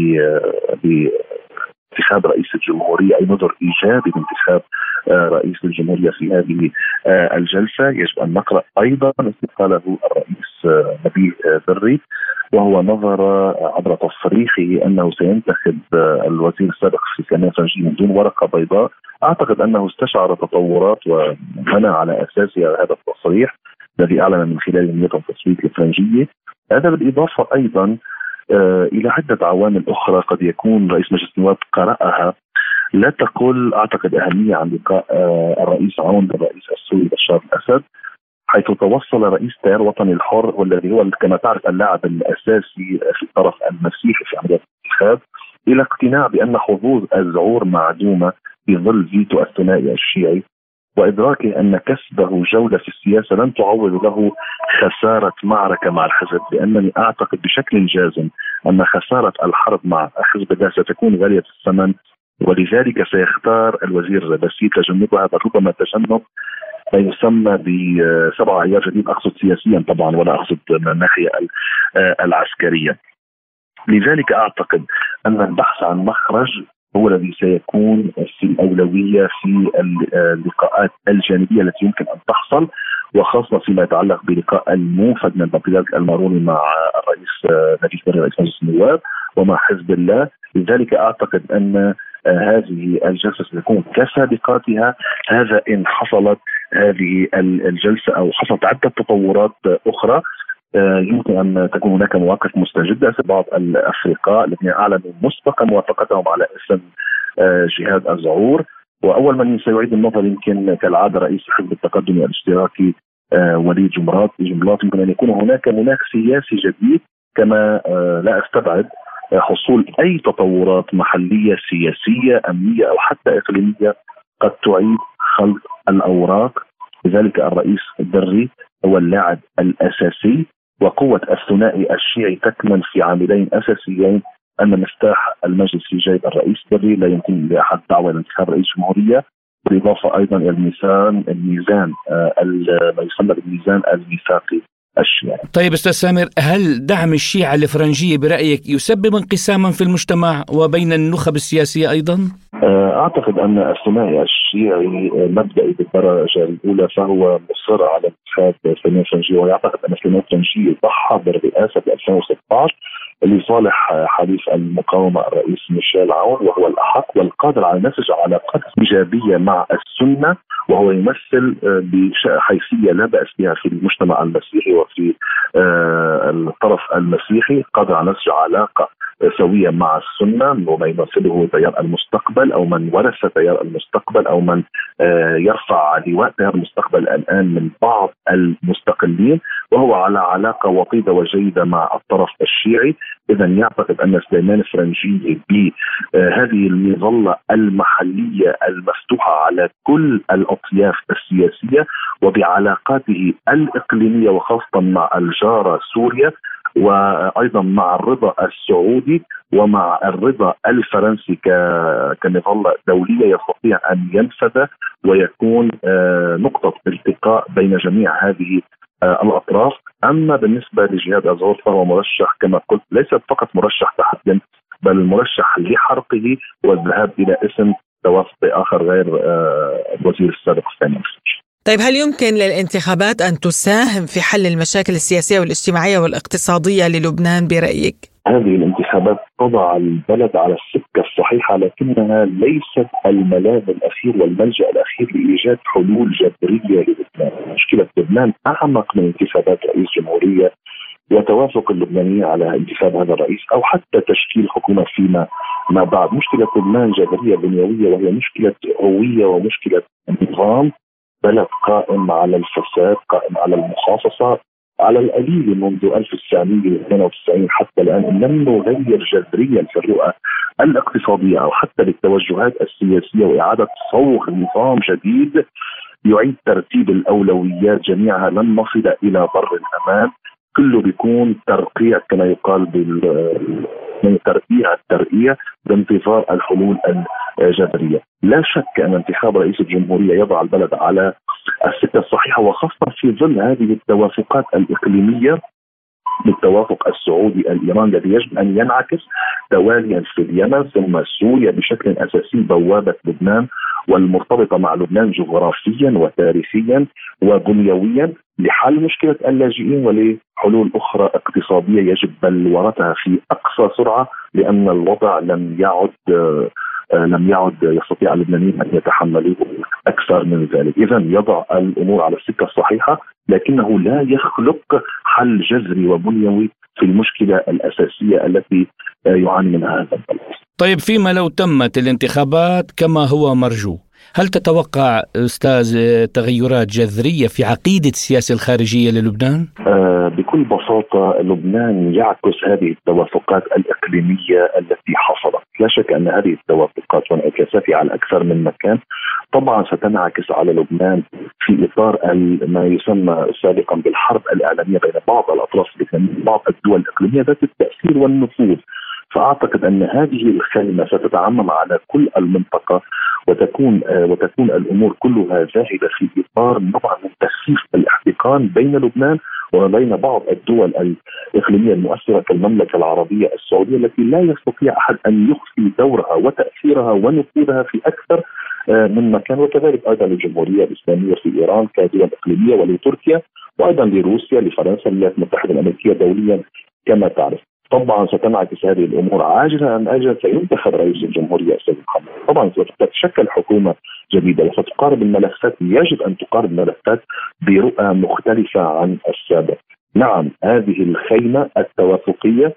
بانتخاب رئيس الجمهورية، أي نظر إيجابي بانتخاب آه رئيس الجمهورية في هذه آه الجلسة. يجب أن نقرأ أيضا استقاله الرئيس آه نبيه آه بري، وهو نظر عبر تصريحه أنه سينتخب آه الوزير السابق سليمان فرنجية من دون ورقة بيضاء. أعتقد أنه استشعر تطورات وبنى على أساسها هذا التصريح الذي أعلن من خلال نيته التصويت لفرنجية. هذا بالإضافة أيضا آه إلى عدة عوامل أخرى قد يكون رئيس مجلس النواب قرأها لا تقل أعتقد أهمية عن لقاء آه الرئيس عون بالرئيس السوري بشار الأسد، حيث توصل رئيس تيار وطني الحر والذي هو كما تعرف اللاعب الأساسي في الطرف المسيحي في عملية الانتخاب إلى اقتناع بأن حظوظ أزعور معدومة في ظل فيتو الثنائي الشيعي، وإدراكه أن كسبه جولة في السياسة لن تعوض له خسارة معركة مع الحزب، لأنني أعتقد بشكل جازم أن خسارة الحرب مع حزب الله ستكون غالية الثمن، ولذلك سيختار الوزير بسيط تجنبها، ربما تجنب ما يسمى بسبع عيار جديد، أقصد سياسيا طبعا ولا أقصد من الناحية العسكرية. لذلك أعتقد أن البحث عن مخرج هو الذي سيكون في الأولوية في اللقاءات الجانبية التي يمكن أن تحصل، وخاصة فيما يتعلق بلقاء الموفد من بطلات الماروني مع الرئيس نجيب بري رئيس مجلس النواب ومع حزب الله. لذلك أعتقد أن هذه الجلسة ستكون كسابقاتها، هذا إن حصلت هذه الجلسة أو حصلت عدة تطورات أخرى. يمكن أن تكون هناك مواقف مستجدة. بعض الأفرقاء الذين أعلنوا مسبقا موافقتهم على اسم جهاد الزعور، وأول من سيعيد النظر يمكن كالعادة رئيس حزب التقدم الاشتراكي وليد جمرات جمرات يمكن أن يكون هناك مناخ سياسي جديد، كما لا أستبعد حصول أي تطورات محلية سياسية أمنية أو حتى إقليمية قد تعيد خلق الأوراق. لذلك الرئيس الدري هو اللاعب الأساسي، وقوة الثنائي الشيعي تكمن في عاملين أساسيين: أن مفتاح المجلس في جيب الرئيس الدري، لا يمكن لأحد دعوة لانتخاب رئيس جمهورية، بالإضافة أيضا إلى الميزان الميزان ما يسمى بالميزان الميثاقي الشيعي. طيب أستاذ سامر، هل دعم الشيعة الفرنجية برأيك يسبب انقساما في المجتمع وبين النخب السياسية أيضا؟ أعتقد أن الثنائي الشيعي مبدئي بالدرجة الأولى، فهو مصر على انتخاب سليمان فرنجي، ويعتقد أن سليمان فرنجي ضحى بالرئاسة ب ألفين وستة عشر لصالح حليف المقاومة الرئيس ميشيل عون، وهو الأحق والقادر على نسج علاقات إيجابية مع السنة، وهو يمثل بحيثية لا بأس بها في المجتمع المسيحي وفي الطرف المسيحي، قادر على نسج علاقة سوية مع السنة، وما يمثله تيار المستقبل أو من ورث تيار المستقبل أو من يرفع لواء تيار المستقبل الآن من بعض المستقلين، وهو على علاقة وطيدة وجيدة مع الطرف الشيعي. إذا يعتقد أن سليمان الفرنجي بهذه المظلة المحلية المفتوحة على كل الأطياف السياسية وبعلاقاته الإقليمية وخاصة مع الجارة سوريا، وأيضا مع الرضا السعودي ومع الرضا الفرنسي كمظلة دولية، يستطيع أن ينفذ ويكون نقطة التقاء بين جميع هذه الأطراف. أما بالنسبة لجهاد الزعور فهو مرشح كما قلت، ليس فقط مرشح تحديا، بل مرشح لحرقه والذهاب إلى اسم توافقي آخر غير الوزير السابق الثاني. طيب، هل يمكن للانتخابات أن تساهم في حل المشاكل السياسية والاجتماعية والاقتصادية للبنان برأيك؟ هذه الانتخابات تضع البلد على السكة الصحيحة، لكنها ليست الملاذ الأخير والملجأ الأخير لإيجاد حلول جذرية للبنان. مشكلة لبنان أعمق من انتخابات رئيس جمهورية وتوافق اللبنانيين على انتخاب هذا الرئيس أو حتى تشكيل حكومة فيما ما بعد. مشكلة لبنان جذرية بنيوية، وهي مشكلة هوية ومشكلة نظام. بلد قائم على الفساد، قائم على المخاصصة، على القليل منذ ألف وتسعمائة واثنين وتسعين حتى الآن لم نغير جذريا في الرؤى الاقتصادية أو حتى للتوجهات السياسية وإعادة صوغ نظام جديد يعيد ترتيب الأولويات جميعها. لن نصل إلى بر الأمان، كله بيكون ترقيع كما يقال بال من ترقيع الترقية بانتظار الحلول الجذرية. لا شك أن انتخاب رئيس الجمهورية يضع البلد على السكة الصحيحة، وخاصة في ظل هذه التوافقات الإقليمية بالتوافق السعودي الإيراني الذي يجب أن ينعكس تواليا في اليمن ثم سوريا بشكل أساسي، بوابة لبنان والمرتبطة مع لبنان جغرافيا وتاريخيا وبنيويا لحل مشكلة اللاجئين ولحلول أخرى اقتصادية يجب بلورتها في أقصى سرعة، لأن الوضع لم يعد لم يعد يستطيع اللبنانيين أن يتحملوه أكثر من ذلك. إذا يضع الأمور على السكة الصحيحة، لكنه لا يخلق حل جذري وبنيوي في المشكلة الأساسية التي يعاني منها هذا البلد. طيب، فيما لو تمت الانتخابات كما هو مرجو، هل تتوقع أستاذ تغيرات جذرية في عقيدة السياسة الخارجية للبنان؟ آه بكل بساطة لبنان يعكس هذه التوافقات الإقليمية التي حصلت. لا شك أن هذه التوافقات وانعكاساتها على أكثر من مكان طبعا ستنعكس على لبنان في إطار ما يسمى سابقا بالحرب الإعلامية بين بعض الأطراف الإقليمية بعض الدول الإقليمية ذات التأثير والنفوذ. فأعتقد أن هذه الكلمة ستتعمم على كل المنطقة وتكون وتكون الأمور كلها ذاهبة في إطار نوع من تخفيف الاحتقان بين لبنان وبين بعض الدول الإقليمية المؤثرة كالمملكة العربية السعودية التي لا يستطيع أحد أن يخفي دورها وتأثيرها ونفوذها في أكثر من مكان، وكذلك أيضا للجمهورية الإسلامية في إيران كدول إقليمية، ولتركيا، وأيضا لروسيا، لفرنسا، للولايات المتحدة الأمريكية دوليا كما تعرف. طبعا ستنعكس هذه الامور عاجلا ام اجلا، سينتخب رئيس الجمهوريه السيد محمد. طبعا ستتشكل حكومه جديده وستقارب الملفات، يجب ان تقارب الملفات برؤى مختلفه عن السابق. نعم، هذه الخيمه التوافقيه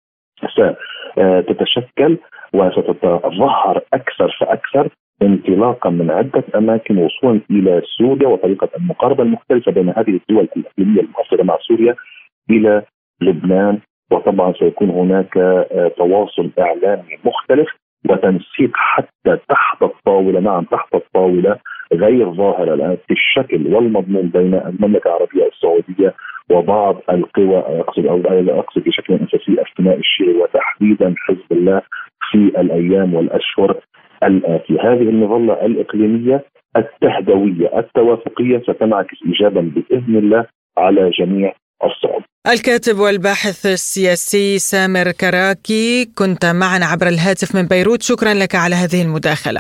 ستتشكل وستتظهر اكثر فاكثر انطلاقا من عده اماكن وصولا الى سوريا، وطريقه المقاربه المختلفه بين هذه الدول الاقليميه المؤثره مع سوريا الى لبنان. وطبعا سيكون هناك تواصل إعلامي مختلف وتنسيق حتى تحت الطاولة، نعم تحت الطاولة غير ظاهرة الآن في الشكل والمضمون بين المملكة العربية السعودية وبعض القوى، أقصد أو أقصد بشكل أساسي الثنائي الشيعي وتحديدا حزب الله في الأيام والأشهر الآتية. هذه المظلة الإقليمية التهدوية التوافقية ستنعكس إيجابا بإذن الله على جميع الصعود. الكاتب والباحث السياسي سامر كراكي، كنت معنا عبر الهاتف من بيروت، شكرا لك على هذه المداخلة.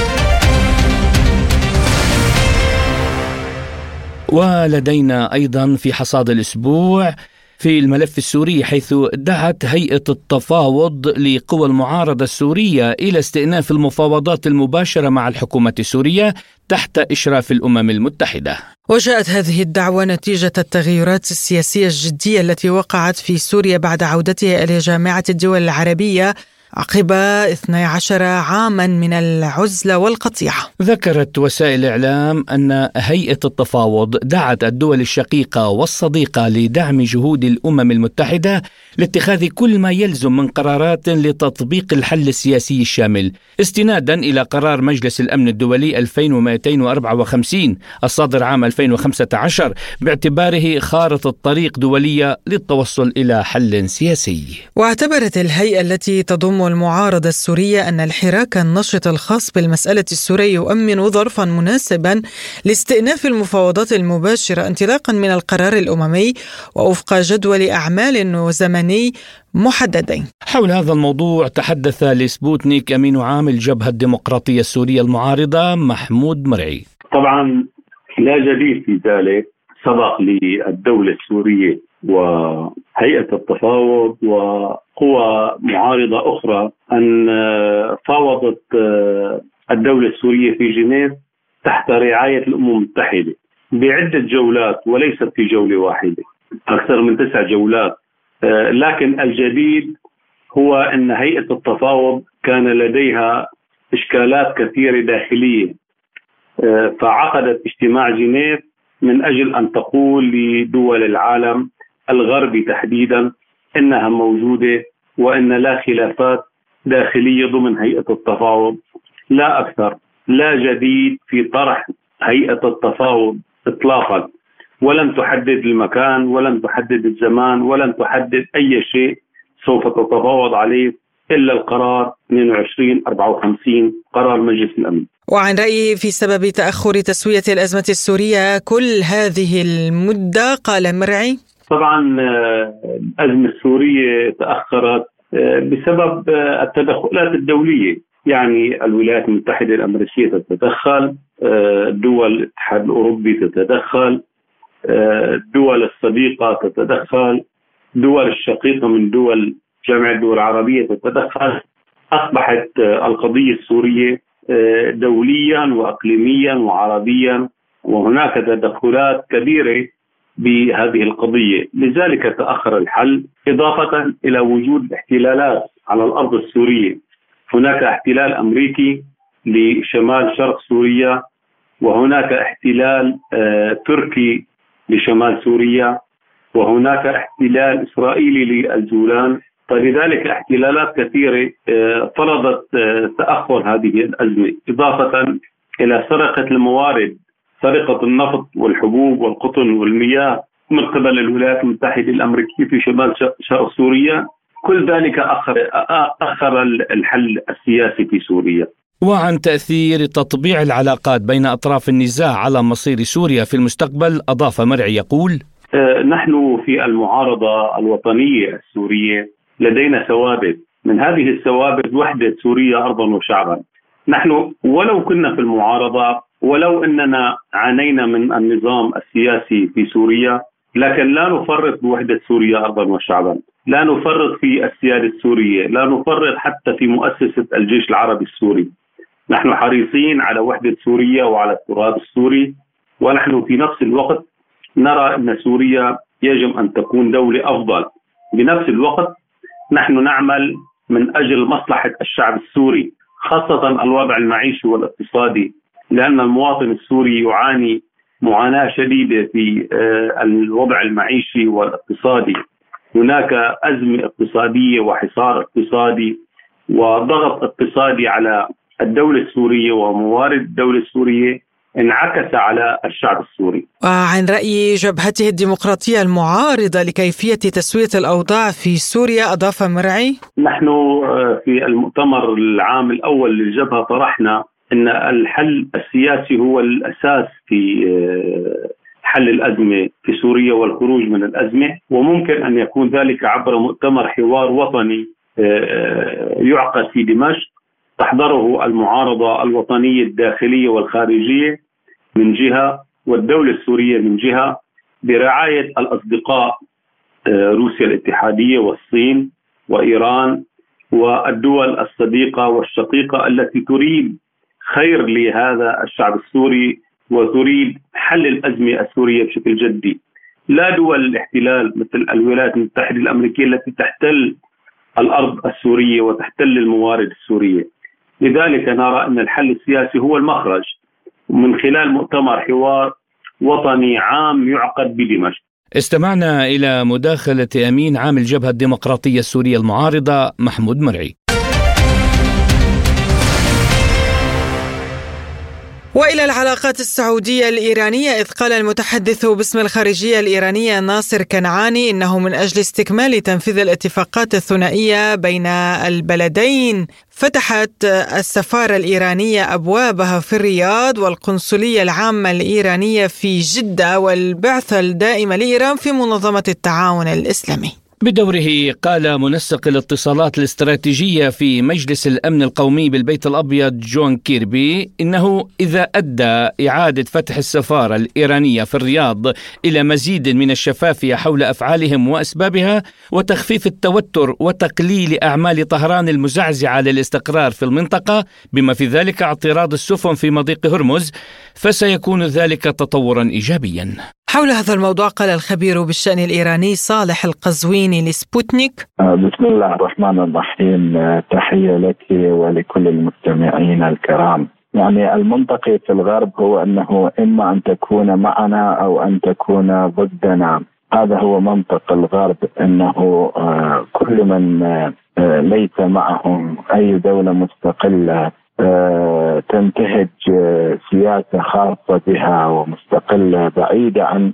ولدينا أيضا في حصاد الأسبوع في الملف السوري، حيث دعت هيئة التفاوض لقوى المعارضة السورية إلى استئناف المفاوضات المباشرة مع الحكومة السورية تحت إشراف الأمم المتحدة. وجاءت هذه الدعوة نتيجة التغيرات السياسية الجدية التي وقعت في سوريا بعد عودتها إلى جامعة الدول العربية عقب اثني عشر عاما من العزلة والقطيعة. ذكرت وسائل الإعلام أن هيئة التفاوض دعت الدول الشقيقة والصديقة لدعم جهود الأمم المتحدة لاتخاذ كل ما يلزم من قرارات لتطبيق الحل السياسي الشامل، استنادا إلى قرار مجلس الأمن الدولي ألفين ومئتين وأربعة وخمسين الصادر عام ألفين وخمسة عشر باعتباره خارطة طريق دولية للتوصل إلى حل سياسي. واعتبرت الهيئة التي تضم المعارضة السورية أن الحراك النشط الخاص بالمسألة السورية يؤمن ظرفا مناسبا لاستئناف المفاوضات المباشرة انطلاقا من القرار الأممي ووفق جدول أعمال وزمني محددين. حول هذا الموضوع تحدث لسبوتنيك أمين عام الجبهة الديمقراطية السورية المعارضة محمود مرعي. طبعا لا جديد في ذلك، سبق للدولة السورية وهيئة التفاوض وقوى معارضة أخرى أن فاوضت الدولة السورية في جنيف تحت رعاية الأمم المتحدة بعدة جولات وليست في جولة واحدة، أكثر من تسع جولات. لكن الجديد هو أن هيئة التفاوض كان لديها إشكالات كثيرة داخلية، فعقدت اجتماع جنيف من أجل أن تقول لدول العالم الغربي تحديدا إنها موجودة وإن لا خلافات داخلية ضمن هيئة التفاوض، لا أكثر. لا جديد في طرح هيئة التفاوض إطلاقا، ولن تحدد المكان ولن تحدد الزمان ولن تحدد أي شيء سوف تتفاوض عليه إلا القرار اثنين وعشرين أربعة وخمسين قرار مجلس الأمن. وعن رأيه في سبب تأخر تسوية الأزمة السورية كل هذه المدة، قال مرعي: طبعا الأزمة السورية تأخرت بسبب التدخلات الدولية، يعني الولايات المتحدة الأمريكية تتدخل، دول الاتحاد الأوروبي تتدخل، الدول الصديقة تتدخل، دول الشقيقة من دول جامعة الدول العربية تتدخل. أصبحت القضية السورية دوليا وأقليميا وعربيا، وهناك تدخلات كبيرة بهذه القضية، لذلك تأخر الحل، إضافة إلى وجود احتلالات على الأرض السورية. هناك احتلال أمريكي لشمال شرق سوريا، وهناك احتلال آه تركي لشمال سوريا، وهناك احتلال إسرائيلي للجولان. فلذلك احتلالات كثيرة آه فرضت آه تأخر هذه الأزمة، إضافة إلى سرقة الموارد، سرقة النفط والحبوب والقطن والمياه من قبل الولايات المتحدة الأمريكية في شمال شرق سوريا. كل ذلك أخر, أخر الحل السياسي في سوريا. وعن تأثير تطبيع العلاقات بين أطراف النزاع على مصير سوريا في المستقبل، أضاف مرعي يقول: نحن في المعارضة الوطنية السورية لدينا ثوابت، من هذه الثوابت وحدة سوريا أرضا وشعبا. نحن ولو كنا في المعارضة، ولو أننا عانينا من النظام السياسي في سوريا، لكن لا نفرط بوحدة سوريا أرضا وشعبا، لا نفرط في السيادة السورية، لا نفرط حتى في مؤسسة الجيش العربي السوري. نحن حريصين على وحدة سوريا وعلى التراث السوري، ونحن في نفس الوقت نرى أن سوريا يجب أن تكون دولة أفضل. بنفس الوقت نحن نعمل من أجل مصلحة الشعب السوري، خاصة الوضع المعيشي والاقتصادي، لأن المواطن السوري يعاني معاناة شديدة في الوضع المعيشي والاقتصادي. هناك أزمة اقتصادية وحصار اقتصادي وضغط اقتصادي على الدولة السورية، وموارد الدولة السورية انعكس على الشعب السوري. وعن رأي جبهته الديمقراطية المعارضة لكيفية تسوية الأوضاع في سوريا، أضاف مرعي: نحن في المؤتمر العام الأول للجبهة طرحنا أن الحل السياسي هو الأساس في حل الأزمة في سوريا والخروج من الأزمة، وممكن أن يكون ذلك عبر مؤتمر حوار وطني يعقد في دمشق تحضره المعارضة الوطنية الداخلية والخارجية من جهة، والدولة السورية من جهة، برعاية الأصدقاء روسيا الاتحادية والصين وإيران والدول الصديقة والشقيقة التي تريد خير لهذا الشعب السوري وتريد حل الأزمة السورية بشكل جدي. لا دول الاحتلال مثل الولايات المتحدة الأمريكية التي تحتل الأرض السورية وتحتل الموارد السورية. لذلك نرى أن الحل السياسي هو المخرج من خلال مؤتمر حوار وطني عام يعقد بدمشق. استمعنا إلى مداخلة أمين عام الجبهة الديمقراطية السورية المعارضة محمود مرعي. وإلى العلاقات السعودية الإيرانية، إذ قال المتحدث باسم الخارجية الإيرانية ناصر كنعاني إنه من أجل استكمال تنفيذ الاتفاقات الثنائية بين البلدين فتحت السفارة الإيرانية أبوابها في الرياض والقنصلية العامة الإيرانية في جدة والبعثة الدائمة لإيران في منظمة التعاون الإسلامي. بدوره قال منسق الاتصالات الاستراتيجية في مجلس الأمن القومي بالبيت الأبيض جون كيربي إنه إذا أدى إعادة فتح السفارة الإيرانية في الرياض إلى مزيد من الشفافية حول أفعالهم وأسبابها وتخفيف التوتر وتقليل أعمال طهران المزعزعة للاستقرار في المنطقة بما في ذلك اعتراض السفن في مضيق هرمز، فسيكون ذلك تطورا إيجابيا. حول هذا الموضوع قال الخبير بالشأن الإيراني صالح القزويني لسبوتنيك: بسم الله الرحمن الرحيم. تحية لك ولكل المستمعين الكرام. يعني المنطقي في الغرب هو أنه إما أن تكون معنا أو أن تكون ضدنا. هذا هو منطق الغرب، أنه كل من ليس معهم أي دولة مستقلة تنتهج سياسة خاصة بها ومستقلة بعيدة عن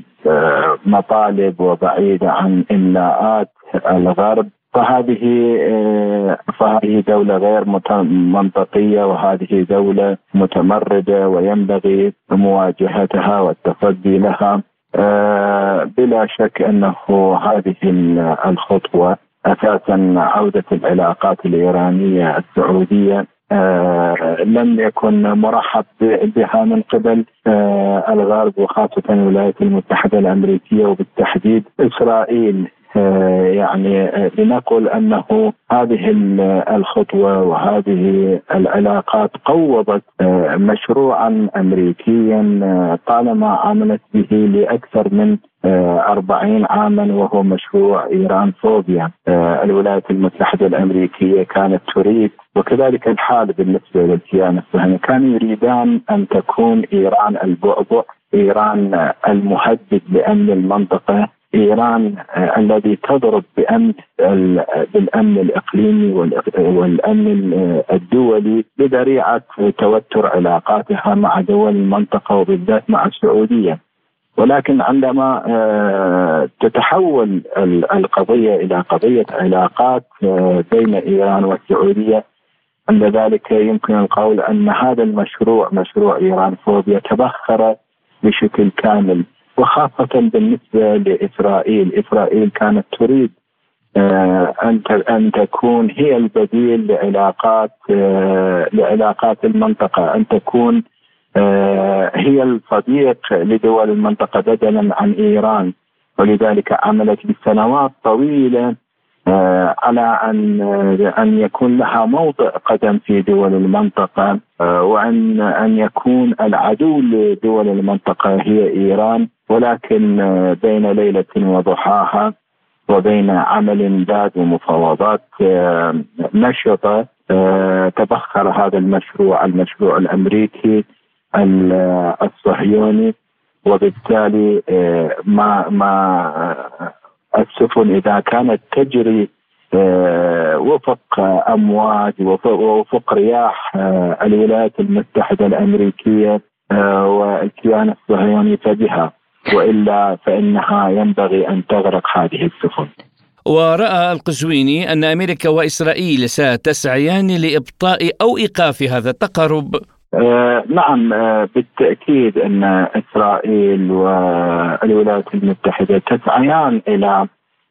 مطالب وبعيدة عن إملاءات الغرب، فهذه فهذه دولة غير منطقية، وهذه دولة متمردة وينبغي مواجهتها والتصدي لها. بلا شك أنه هذه الخطوة أساسا عودة العلاقات الإيرانية السعودية آه لم يكن مرحب بها من قبل آه الغرب، وخاصة الولايات المتحدة الأمريكية وبالتحديد إسرائيل. آه يعني آه لنقل أنه هذه الخطوة وهذه العلاقات قوضت آه مشروعا أمريكيا آه طالما عملت به لأكثر من أربعين عاما، وهو مشروع إيران فوبيا. الولايات المتحدة الأمريكية كانت تريد، وكذلك الحال بالنسبة للكيان الصهيوني، كانوا يريدان أن تكون إيران البعبع، إيران المهدد لأمن المنطقة، إيران الذي تضرب بأمن بالأمن الإقليمي والأمن الدولي بذريعة توتر علاقاتها مع دول المنطقة وبالذات مع السعودية. ولكن عندما تتحول القضية إلى قضية علاقات بين إيران والسعودية، عند ذلك يمكن القول أن هذا المشروع مشروع إيران فوبيا تبخر بشكل كامل، وخاصة بالنسبة لإسرائيل. إسرائيل كانت تريد أن أن تكون هي البديل لعلاقات لعلاقات المنطقة، أن تكون هي الصديق لدول المنطقة بدلا عن إيران. ولذلك عملت لسنوات طويلة على أن أن يكون لها موضع قدم في دول المنطقة، وأن أن يكون العدو لدول المنطقة هي إيران. ولكن بين ليلة وضحاها وبين عمل باد ومفاوضات نشطة تبخر هذا المشروع المشروع الأمريكي الصهيوني، وبالتالي ما ما السفن إذا كانت تجري وفق أمواج ووفق رياح الولايات المتحدة الأمريكية والكيان الصهيوني فبها، وإلا فإنها ينبغي أن تغرق هذه السفن. ورأى القزويني أن أمريكا وإسرائيل ستسعيان لإبطاء أو إيقاف هذا التقارب. آه نعم، آه بالتأكيد أن إسرائيل والولايات المتحدة تسعيان إلى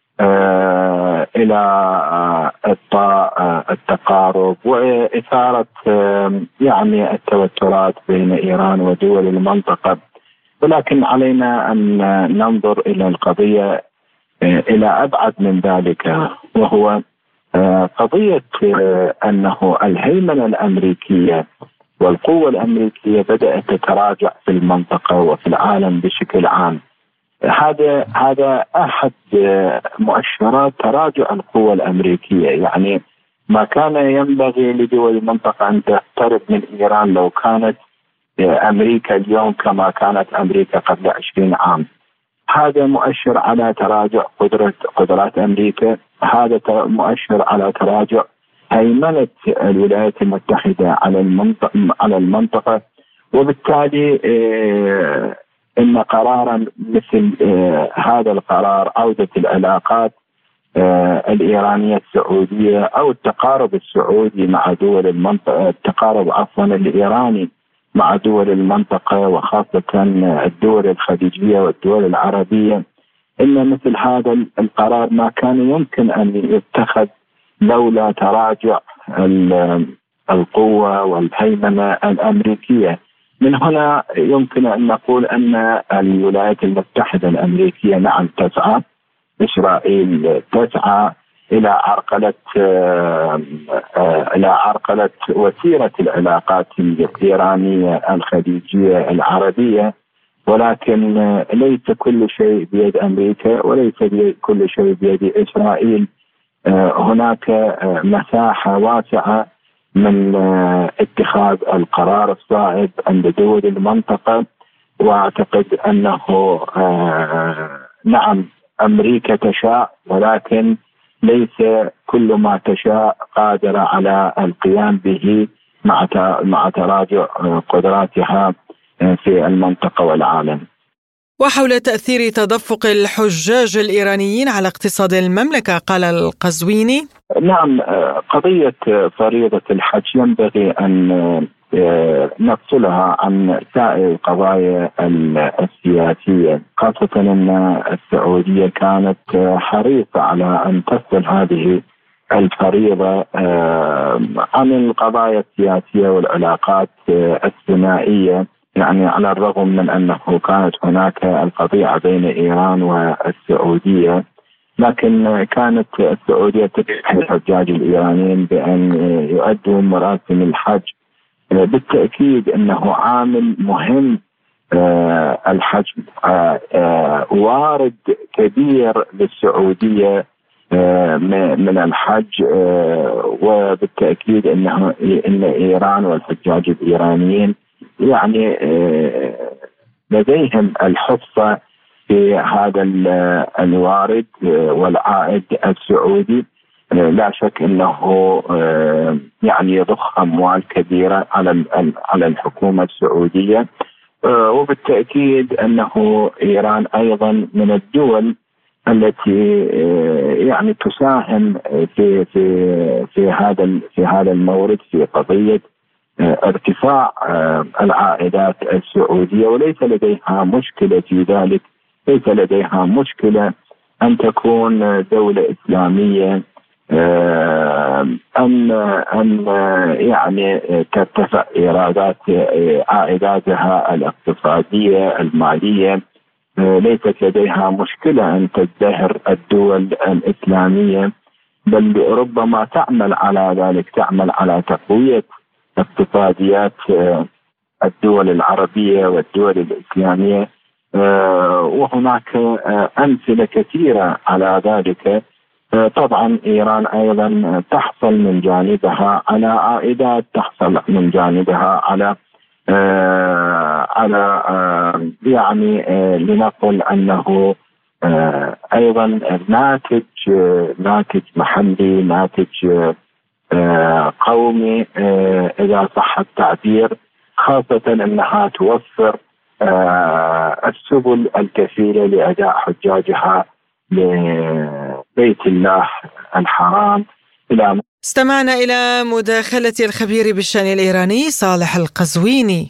آه إلى آه إبطاء آه التقارب وإثارة آه يعني التوترات بين إيران ودول المنطقة. ولكن علينا أن ننظر إلى القضية آه إلى أبعد من ذلك، وهو آه قضية آه أنه الهيمنة الأمريكية والقوة الأمريكية بدأت تتراجع في المنطقة وفي العالم بشكل عام. هذا هذا أحد مؤشرات تراجع القوة الأمريكية. يعني ما كان ينبغي لدول المنطقة أن تقترب من إيران لو كانت أمريكا اليوم كما كانت أمريكا قبل عشرين عام. هذا مؤشر على تراجع قدرة قدرات أمريكا، هذا مؤشر على تراجع هيمنة الولايات المتحدة على المنطقة على المنطقة. وبالتالي إن قرارا مثل هذا القرار عودة العلاقات الإيرانية السعودية أو التقارب السعودي مع دول المنطقة، التقارب عفوا الإيراني مع دول المنطقة وخاصة الدول الخليجية والدول العربية، إن مثل هذا القرار ما كان يمكن أن يتخذ لولا تراجع القوة والهيمنة الأمريكية. من هنا يمكن أن نقول أن الولايات المتحدة الأمريكية نعم تسعى، إسرائيل تسعى إلى عرقلة إلى عرقلة وتيرة العلاقات الإيرانية الخليجية العربية، ولكن ليس كل شيء بيد أمريكا وليس كل شيء بيد إسرائيل. هناك مساحة واسعة من اتخاذ القرار الصائب عند دول المنطقة. وأعتقد أنه نعم أمريكا تشاء، ولكن ليس كل ما تشاء قادرة على القيام به مع مع تراجع قدراتها في المنطقة والعالم. وحول تأثير تدفق الحجاج الإيرانيين على اقتصاد المملكة قال القزويني: نعم، قضية فريضة الحج ينبغي أن نفصلها عن سائر القضايا السياسية، خاصة أن السعودية كانت حريصة على أن تفصل هذه الفريضة عن القضايا السياسية والعلاقات الثنائية. يعني على الرغم من أنه كانت هناك القضية بين إيران والسعودية، لكن كانت السعودية تدعي الحجاج الإيرانيين بأن يؤدوا مراسم الحج. بالتأكيد أنه عامل مهم الحج، وارد كبير للسعودية من الحج، وبالتأكيد أنه إن إيران والحجاج الإيرانيين يعني لديهم الحصة في هذا الوارد والعائد السعودي. لا شك أنه يعني يضخ أموال كبيرة على على الحكومة السعودية، وبالتأكيد أنه إيران أيضا من الدول التي يعني تساهم في في في هذا في هذا المورد في قضية ارتفاع العائدات السعودية، وليس لديها مشكلة في ذلك، ليس لديها مشكلة أن تكون دولة إسلامية، أن أن يعني ترتفع إيرادات عائداتها الاقتصادية المالية. ليست لديها مشكلة أن تزدهر الدول الإسلامية، بل ربما تعمل على ذلك، تعمل على تقوية اقتصاديات الدول العربية والدول الإسلامية. وهناك أمثلة كثيرة على ذلك. طبعا إيران أيضا تحصل من جانبها على عائدات، تحصل من جانبها على آه على آه يعني آه لنقل أنه آه أيضا ناتج آه ناتج محلي، ناتج آه قومي آه إذا صح التعبير، خاصة أنها توفر آه السبل الكثيرة لأداء حجاجها لبيت الله الحرام. إلى استمعنا إلى مداخلة الخبير بالشأن الإيراني صالح القزويني.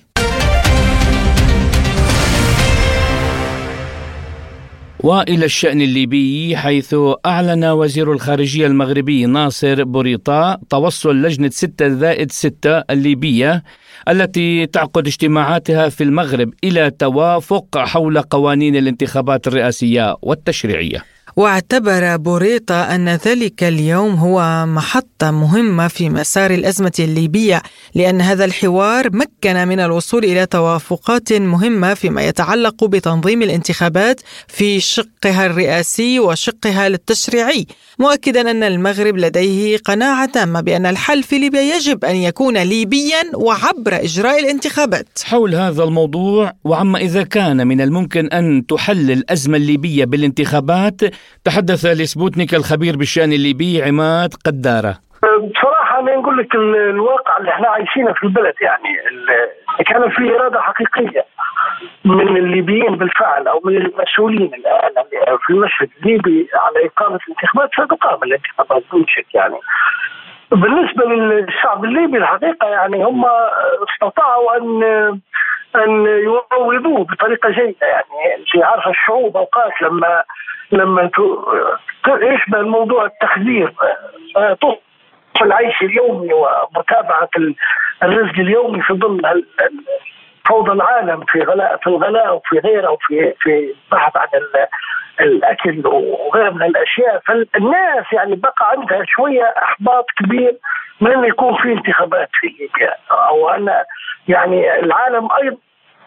وإلى الشأن الليبي، حيث أعلن وزير الخارجية المغربي ناصر بوريطة توصل لجنة ستة زائد ستة الليبية التي تعقد اجتماعاتها في المغرب إلى توافق حول قوانين الانتخابات الرئاسية والتشريعية. واعتبر بوريطة أن ذلك اليوم هو محطة مهمة في مسار الأزمة الليبية، لأن هذا الحوار مكن من الوصول إلى توافقات مهمة فيما يتعلق بتنظيم الانتخابات في شقها الرئاسي وشقها التشريعي، مؤكدا أن المغرب لديه قناعة تامة بأن الحل في ليبيا يجب أن يكون ليبيا وعبر إجراء الانتخابات. حول هذا الموضوع وعما إذا كان من الممكن أن تحل الأزمة الليبية بالانتخابات، تحدث لسبوتنيك الخبير بالشأن الليبي عماد قدارة. بصراحة أنا نقول لك الواقع اللي احنا عايشينه في البلد، يعني كان في إرادة حقيقية من الليبيين بالفعل أو من المسؤولين الآن في المشهد الليبي على إقامة الانتخابات، ستقام الانتخابات بدون شك. يعني بالنسبة للشعب الليبي الحقيقة يعني هم استطاعوا أن أن يروضوه بطريقة جيدة. يعني أنت عارفة الشعوب أوقات لما لما يشبه الموضوع التخدير، طف العيش اليومي ومتابعة الرزق اليومي في ظل فوضى العالم في غلاء في الغلاء وفي غيره وفي في بحث عن الأكل وغير من الأشياء. فالناس يعني بقى عندها شوية إحباط كبير من أن يكون في انتخابات في ليبيا، أو أن يعني العالم أيضا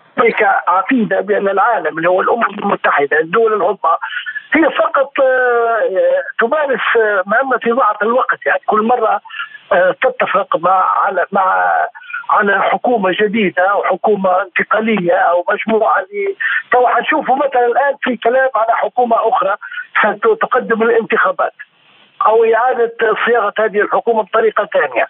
عقيدة بأن العالم اللي هو الأمم المتحدة الدول العظمى هي فقط تمارس مهمة إضاعة الوقت. يعني كل مرة تتفق مع على مع على حكومة جديدة أو حكومة انتقالية أو مجموعة. تو حنشوفوا مثلا الآن في كلام على حكومة أخرى ستقدم الانتخابات أو إعادة صياغة هذه الحكومة بطريقة ثانية.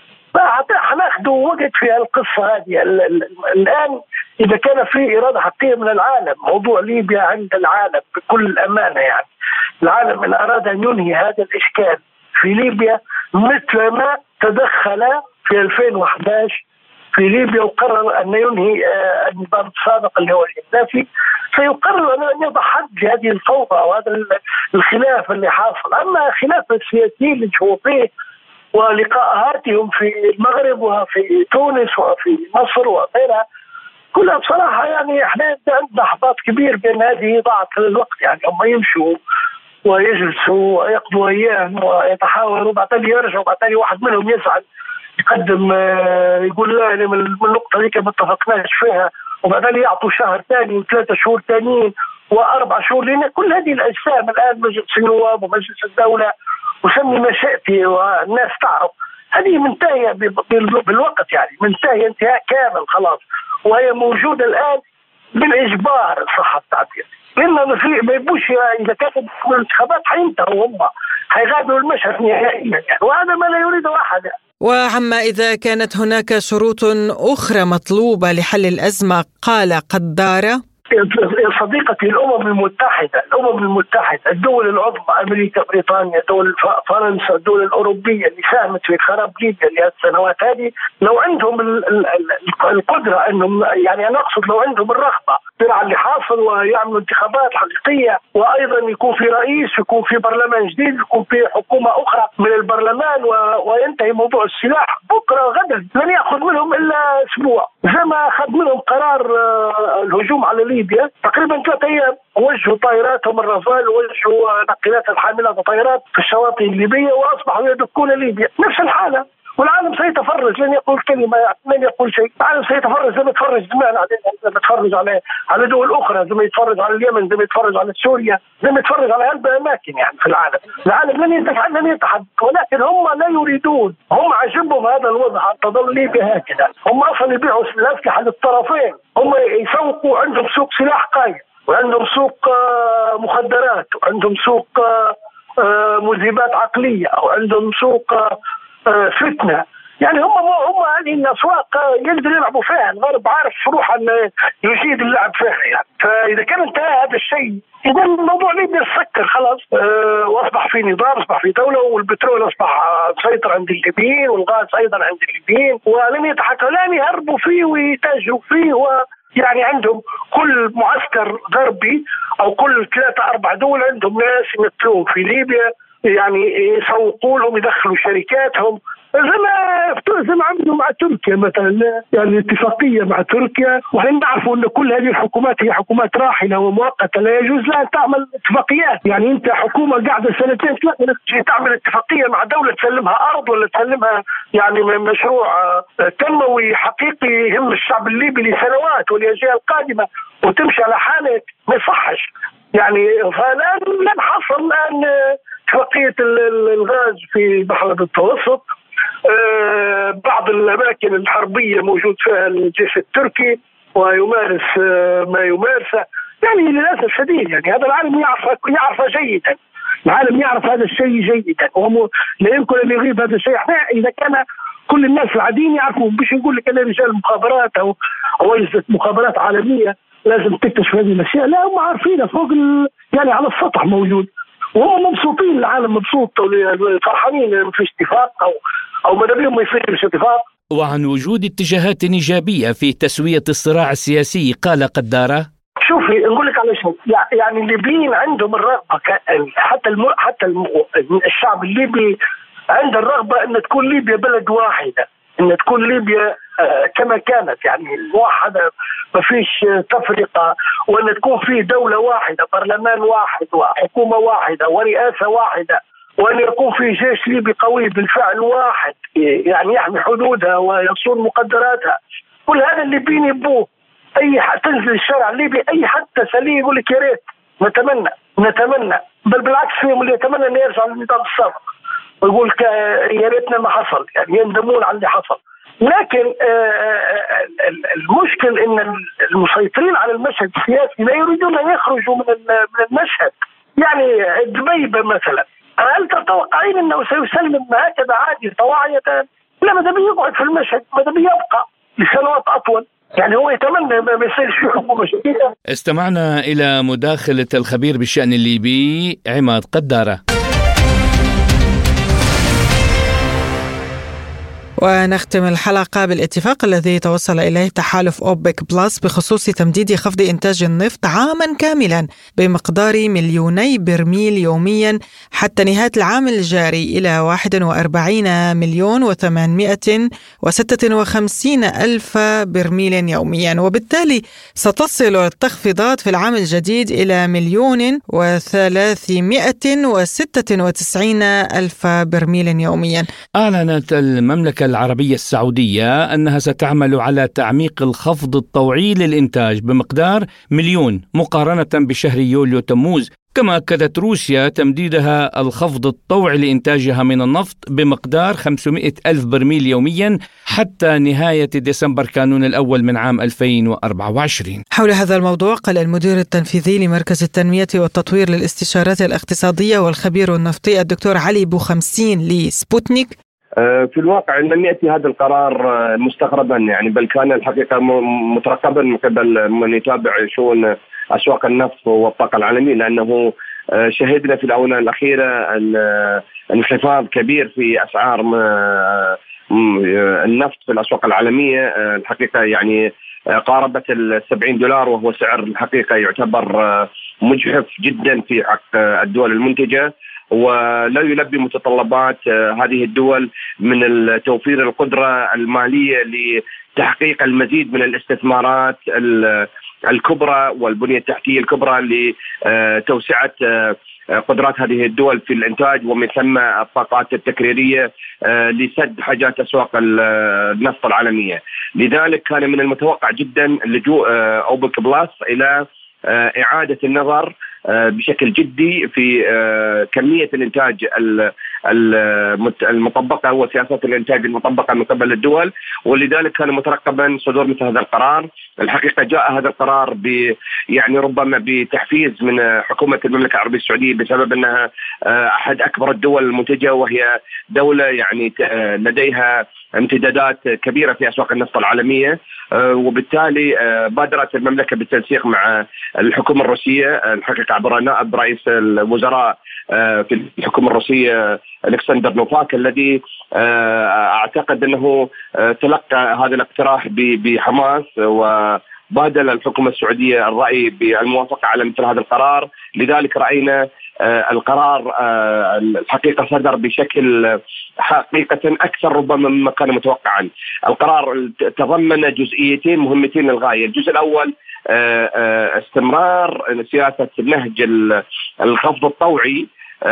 حناخذوا وقت في القصة هذه. الآن إذا كان في إرادة حقيقية من العالم، موضوع ليبيا عند العالم بكل أمانة، يعني العالم إن أراد أن ينهي هذا الإشكال في ليبيا مثل ما تدخل في ألفين وأحد عشر في ليبيا وقرر أن ينهي النظام السابق اللي هو القذافي، سيقرر أن يضع حد لهذه الفوضى وهذا الخلاف اللي حاصل. أما خلاف السياسيين اللي نشوفوا فيه ولقاءاتهم في المغرب وفي تونس وفي مصر وغيرها كلها بصراحة يعني احنا عندنا احباط كبير بأن هذه ضاعت الوقت. يعني هم يمشوا ويجلسوا ويقضوا أيام ويتحاوروا وبعدين يرجعوا وبعدين واحد منهم يزعل يقدم يقول لا أنا من النقطة دي ما اتفقناش فيها، وبعدين يعطوا شهر ثاني وثلاثة شهور ثانيين وأربع شهور، لأن كل هذه الأجسام الآن مجلس النواب ومجلس الدولة وسمي ما شئتي والناس تعرف هذه منتهية بالوقت، يعني منتهية انتهاء كامل خلاص، وهي موجودة الآن بالإجبار صح التعبير، لأن في ما يبوش إذا كانت الانتخابات حينتهوا هم حيغادروا المشهد نهائيا، يعني وهذا ما لا يريده أحد. يعني. وعما إذا كانت هناك شروط أخرى مطلوبة لحل الأزمة، قال قدارة يا صديقتي الأمم المتحدة الأمم المتحدة الدول العظمى أمريكا بريطانيا دول فرنسا الدول الأوروبية اللي ساهمت في خراب ليبيا لهالسنوات هذه لو عندهم القدرة أنهم يعني أنا أقصد لو عندهم الرغبة على اللي حاصل ويعملوا انتخابات حقيقية وأيضا يكون في رئيس يكون في برلمان جديد يكون في حكومة أخرى من البرلمان وينتهي موضوع السلاح بكرة غدا لن يأخذ منهم إلا أسبوع زي ما أخذ منهم قرار الهجوم على ليبيا تقريبا ثلاثة أيام وجهوا طائراتهم الرافال ووجهوا ناقلات الحاملات وطائرات في الشواطئ الليبية وأصبحوا يدكون ليبيا نفس الحالة والعالم سيتفرج لن يقول كلمة لن يقول شيء العالم سيتفرج زي ما يتفرج زمان علينا زي ما يتفرج على على دول أخرى زي ما يتفرج على اليمن زي ما يتفرج على سوريا زي ما يتفرج على هذه الأماكن يعني في العالم العالم لن يتحدث لن يتحدث ولكن هم لا يريدون هم عجبهم هذا الوضع تظل ليبيا هكذا هم أصلا يبيعوا الأسلحة للطرفين هم يسوقوا عندهم سوق سلاح قايم وعندهم سوق مخدرات وعندهم سوق مذهبات عقلية أو عندهم سوق فتنة يعني هم هم هذه الأسواق يقدروا يلعبوا فيها الغرب عارف روح أن يجيد اللعب فيها يعني فإذا كان انتهى هذا الشيء إذا الموضوع ليبيا سكر خلاص أه وأصبح في نظام أصبح في دولة والبترول أصبح سيطر عند الليبيين والغاز أيضا عند الليبيين ولم يتحكموا لن يهربوا فيه ويتاجروا فيه و يعني عندهم كل معسكر غربي أو كل ثلاثة أربع دول عندهم ناس يمثلون في ليبيا يعني يسوقوا لهم يدخلوا شركاتهم زي ما زي ما عملوا مع تركيا مثلا يعني اتفاقيه مع تركيا وحنا نعرفوا ان كل هذه الحكومات هي حكومات راحله ومؤقته لا يجوز لها ان تعمل اتفاقيات يعني انت حكومه قاعده سنتين ثلاثه تجي تعمل اتفاقيه مع دوله تسلمها ارض ولا تسلمها يعني مشروع تنموي حقيقي يهم الشعب الليبي لسنوات والاجيال القادمه وتمشي على حالك ما يصحش يعني فالان لن حصل الان اتفاقيه الغاز في البحر المتوسط أه بعض الأماكن الحربية موجود فيها الجيش التركي ويمارس أه ما يمارسه يعني للأسف الشديد يعني هذا العالم يعرف يعرف جيدا العالم يعرف هذا الشيء جيدا وهو لا يمكن أن يغيب هذا الشيء إذا كان كل الناس العاديين يعرفون مش نقول لك أنا رجال مخابرات أو أو أجهزة مخابرات عالمية لازم تكتشف هذه الأشياء لا هم عارفينها فوق يعني على السطح موجود وهم مبسوطين العالم مبسوط فرحانين ما فيش اتفاق او او ما نبيهم ما يصيرش اتفاق. وعن وجود اتجاهات ايجابيه في تسويه الصراع السياسي قال قداره شوفي نقول لك على شيء يعني الليبيين عندهم الرغبه حتى الم... حتى الم... الشعب الليبي عنده الرغبه ان تكون ليبيا بلد واحده ان تكون ليبيا كما كانت يعني موحدة ما فيش تفرقة وأن تكون في دولة واحدة برلمان واحد وحكومة واحدة ورئاسة واحدة وأن يكون في جيش ليبي قوي بالفعل واحد يعني يحمي حدودها ويصون مقدراتها كل هذا الليبيين يبوه أي تنزل الشارع الليبي أي حتى سليم يقول لك يا ريت نتمنى نتمنى بل بالعكس فيهم اللي يتمنى أن يرجع للنظام السابق ويقول يا ريتنا ما حصل يعني يندمون على اللي حصل لكن المشكل ان المسيطرين على المشهد السياسي لا يريدون ان يخرجوا من المشهد يعني دبيبة مثلا هل تتوقعين انه سيسلم هكذا عادي طواعية لا ماذا بيقعد في المشهد ماذا بيبقى لسنوات اطول يعني هو يتمنى ما يصيرش في حكومة جديدة. استمعنا الى مداخلة الخبير بالشأن الليبي عماد قدارة. ونختم الحلقة بالاتفاق الذي توصل إليه تحالف أوبك بلس بخصوص تمديد خفض إنتاج النفط عاما كاملا بمقدار مليوني برميل يوميا حتى نهاية العام الجاري إلى واحد وأربعين مليون وثمانمائة وستة وخمسين ألف برميل يوميا وبالتالي ستصل التخفيضات في العام الجديد إلى مليون وثلاثمائة وستة وتسعين ألف برميل يوميا. أعلنت المملكة العربية السعودية أنها ستعمل على تعميق الخفض الطوعي للإنتاج بمقدار مليون مقارنة بشهر يوليو تموز كما أكدت روسيا تمديدها الخفض الطوعي لإنتاجها من النفط بمقدار خمسمائة ألف برميل يوميا حتى نهاية ديسمبر كانون الأول من عام ألفين وأربعة وعشرين. حول هذا الموضوع قال المدير التنفيذي لمركز التنمية والتطوير للاستشارات الاقتصادية والخبير النفطي الدكتور علي بوخمسين لسبوتنيك. في الواقع لم يأتي هذا القرار مستغربا يعني، بل كان الحقيقة مترقبا من قبل من يتابع شؤون أسواق النفط والطاقة العالمية، لأنه شهدنا في الآونة الأخيرة انخفاض كبير في أسعار النفط في الأسواق العالمية. الحقيقة يعني قاربت السبعين دولار، وهو سعر الحقيقة يعتبر مجحف جدا في حق الدول المنتجة، ولا يلبي متطلبات هذه الدول من توفير القدرة المالية لتحقيق المزيد من الاستثمارات الكبرى والبنية التحتية الكبرى لتوسعة قدرات هذه الدول في الإنتاج، ومن ثم الطاقات التكريرية لسد حاجات أسواق النفط العالمية. لذلك كان من المتوقع جدا لجوء أوبك بلس إلى إعادة النظر بشكل جدي في كمية الإنتاج المطبقة وسياسات الإنتاج المطبقة من قبل الدول، ولذلك كان مترقبا صدور مثل هذا القرار. الحقيقة جاء هذا القرار ب يعني ربما بتحفيز من حكومة المملكة العربية السعودية، بسبب أنها أحد أكبر الدول المنتجة، وهي دولة يعني لديها امتدادات كبيرة في أسواق النفط العالمية، وبالتالي بادرت المملكة بالتنسيق مع الحكومة الروسية الحقيقة عبر نائب رئيس الوزراء في الحكومة الروسية ألكسندر نوفاك، الذي أعتقد أنه تلقى هذا الاقتراح بحماس، وبادل الحكومة السعودية الرأي بالموافقة على مثل هذا القرار. لذلك رأينا القرار الحقيقة صدر بشكل حقيقة أكثر ربما مما كان متوقعا. القرار تضمن جزئيتين مهمتين للغاية. الجزء الأول استمرار سياسة نهج الخفض الطوعي،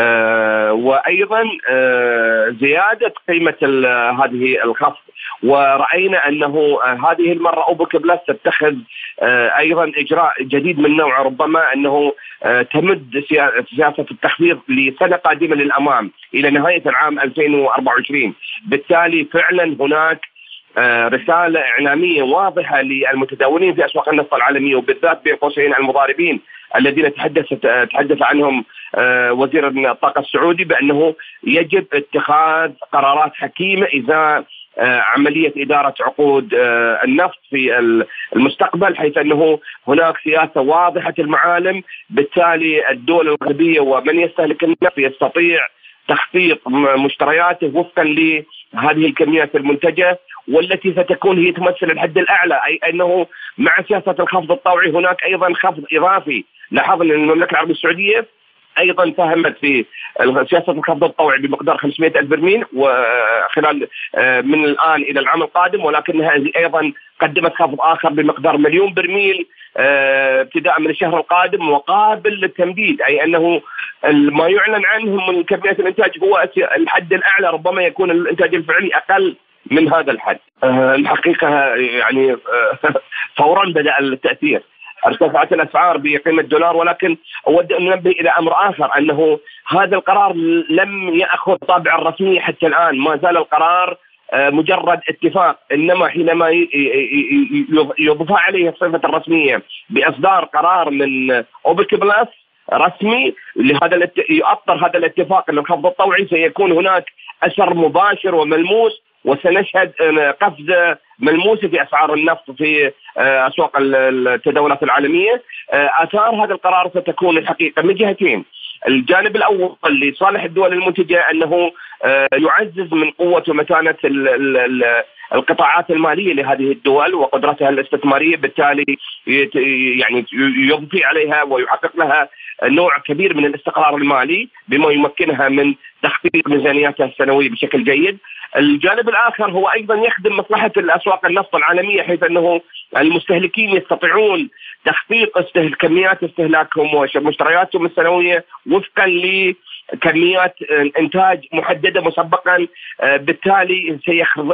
وأيضا زيادة قيمة هذه الخفض، ورأينا أنه هذه المرة أوبك بلس تتخذ أيضا إجراء جديد من نوعه، ربما أنه تمد سياسة التخفيض لسنة قادمة للأمام إلى نهاية العام ألفين وأربعة وعشرين. بالتالي فعلا هناك رسالة إعلامية واضحة للمتداولين في أسواق النفط العالمية، وبالذات بين قوسين المضاربين الذين تحدث تحدث عنهم وزير الطاقة السعودي، بأنه يجب اتخاذ قرارات حكيمة إذا عملية إدارة عقود النفط في المستقبل، حيث أنه هناك سياسة واضحة المعالم. بالتالي الدول الغربية ومن يستهلك النفط يستطيع تخطيط مشترياته وفقا لهذه الكميات المنتجة، والتي ستكون هي تمثل الحد الأعلى. أي أنه مع سياسة الخفض الطوعي هناك أيضا خفض إضافي. لاحظنا أن المملكة العربية السعودية أيضا ساهمت في سياسة الخفض الطوعي بمقدار خمسمائة ألف برميل وخلال من الآن إلى العام القادم، ولكنها أيضا قدمت خفض آخر بمقدار مليون برميل ابتداء من الشهر القادم وقابل للتمديد. أي أنه ما يعلن عنه من كميات الإنتاج هو الحد الأعلى، ربما يكون الإنتاج الفعلي أقل من هذا الحد. الحقيقة يعني فورا بدأ التأثير، ارتفعت الأسعار بقيمة الدولار، ولكن أود أن ننبه إلى أمر آخر، أنه هذا القرار لم يأخذ طابع الرسمية حتى الآن. ما زال القرار مجرد اتفاق، إنما حينما يضاف عليه الصفة الرسمية بإصدار قرار من أوبك بلس رسمي لهذا يؤطر هذا الاتفاق أن الخفض الطوعي، سيكون هناك أثر مباشر وملموس، وسنشهد قفزة ملموسة في أسعار النفط في أسواق التداولات العالمية. آثار هذا القرار ستكون الحقيقة من جهتين. الجانب الأول لصالح الدول المنتجة أنه يعزز من قوة ومتانة القطاعات المالية لهذه الدول وقدرتها الاستثمارية، بالتالي يعني يضفي عليها ويحقق لها نوع كبير من الاستقرار المالي بما يمكنها من تخطيط ميزانياتها السنوية بشكل جيد. الجانب الآخر هو أيضا يخدم مصلحة الأسواق النفط العالمية، حيث أنه المستهلكين يستطيعون تخطيط استهل... كميات استهلاكهم ومشترياتهم السنوية وفقا لكميات إنتاج محددة مسبقا. بالتالي سيخ...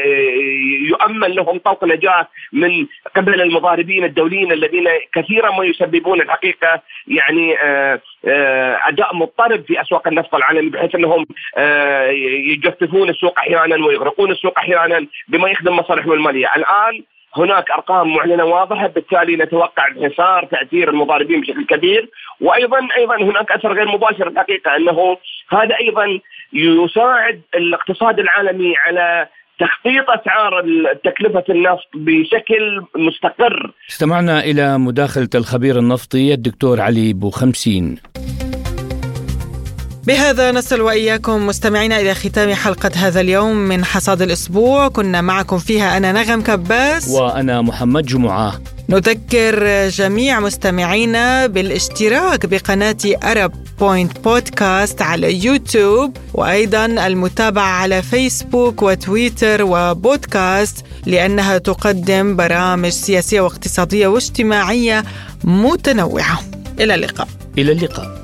سيؤمن لهم طوق نجاة من قبل المضاربين الدوليين الذين كثيرا ما يسببون الحقيقة يعني أداء مضطرب في أسواق النفط العالمي، بحيث أنهم يجففون السوق أحيانا ويغرقون السوق أحيانا بما يخدم مصالحهم المالية. الآن هناك أرقام معلنة واضحة، بالتالي نتوقع انحسار تأثير المضاربين بشكل كبير. وأيضا أيضا هناك أثر غير مباشر الحقيقة، أنه هذا أيضا يساعد الاقتصاد العالمي على تخفيض أسعار تكلفة النفط بشكل مستقر. استمعنا إلى مداخلة الخبير النفطي الدكتور علي بوخمسين. بهذا نصل وإياكم مستمعينا إلى ختام حلقة هذا اليوم من حصاد الأسبوع. كنا معكم فيها أنا نغم كباس وأنا محمد جمعة. نذكر جميع مستمعينا بالاشتراك بقناة أرب بوينت بودكاست على يوتيوب، وأيضا المتابعة على فيسبوك وتويتر وبودكاست، لأنها تقدم برامج سياسية واقتصادية واجتماعية متنوعة. إلى اللقاء. إلى اللقاء.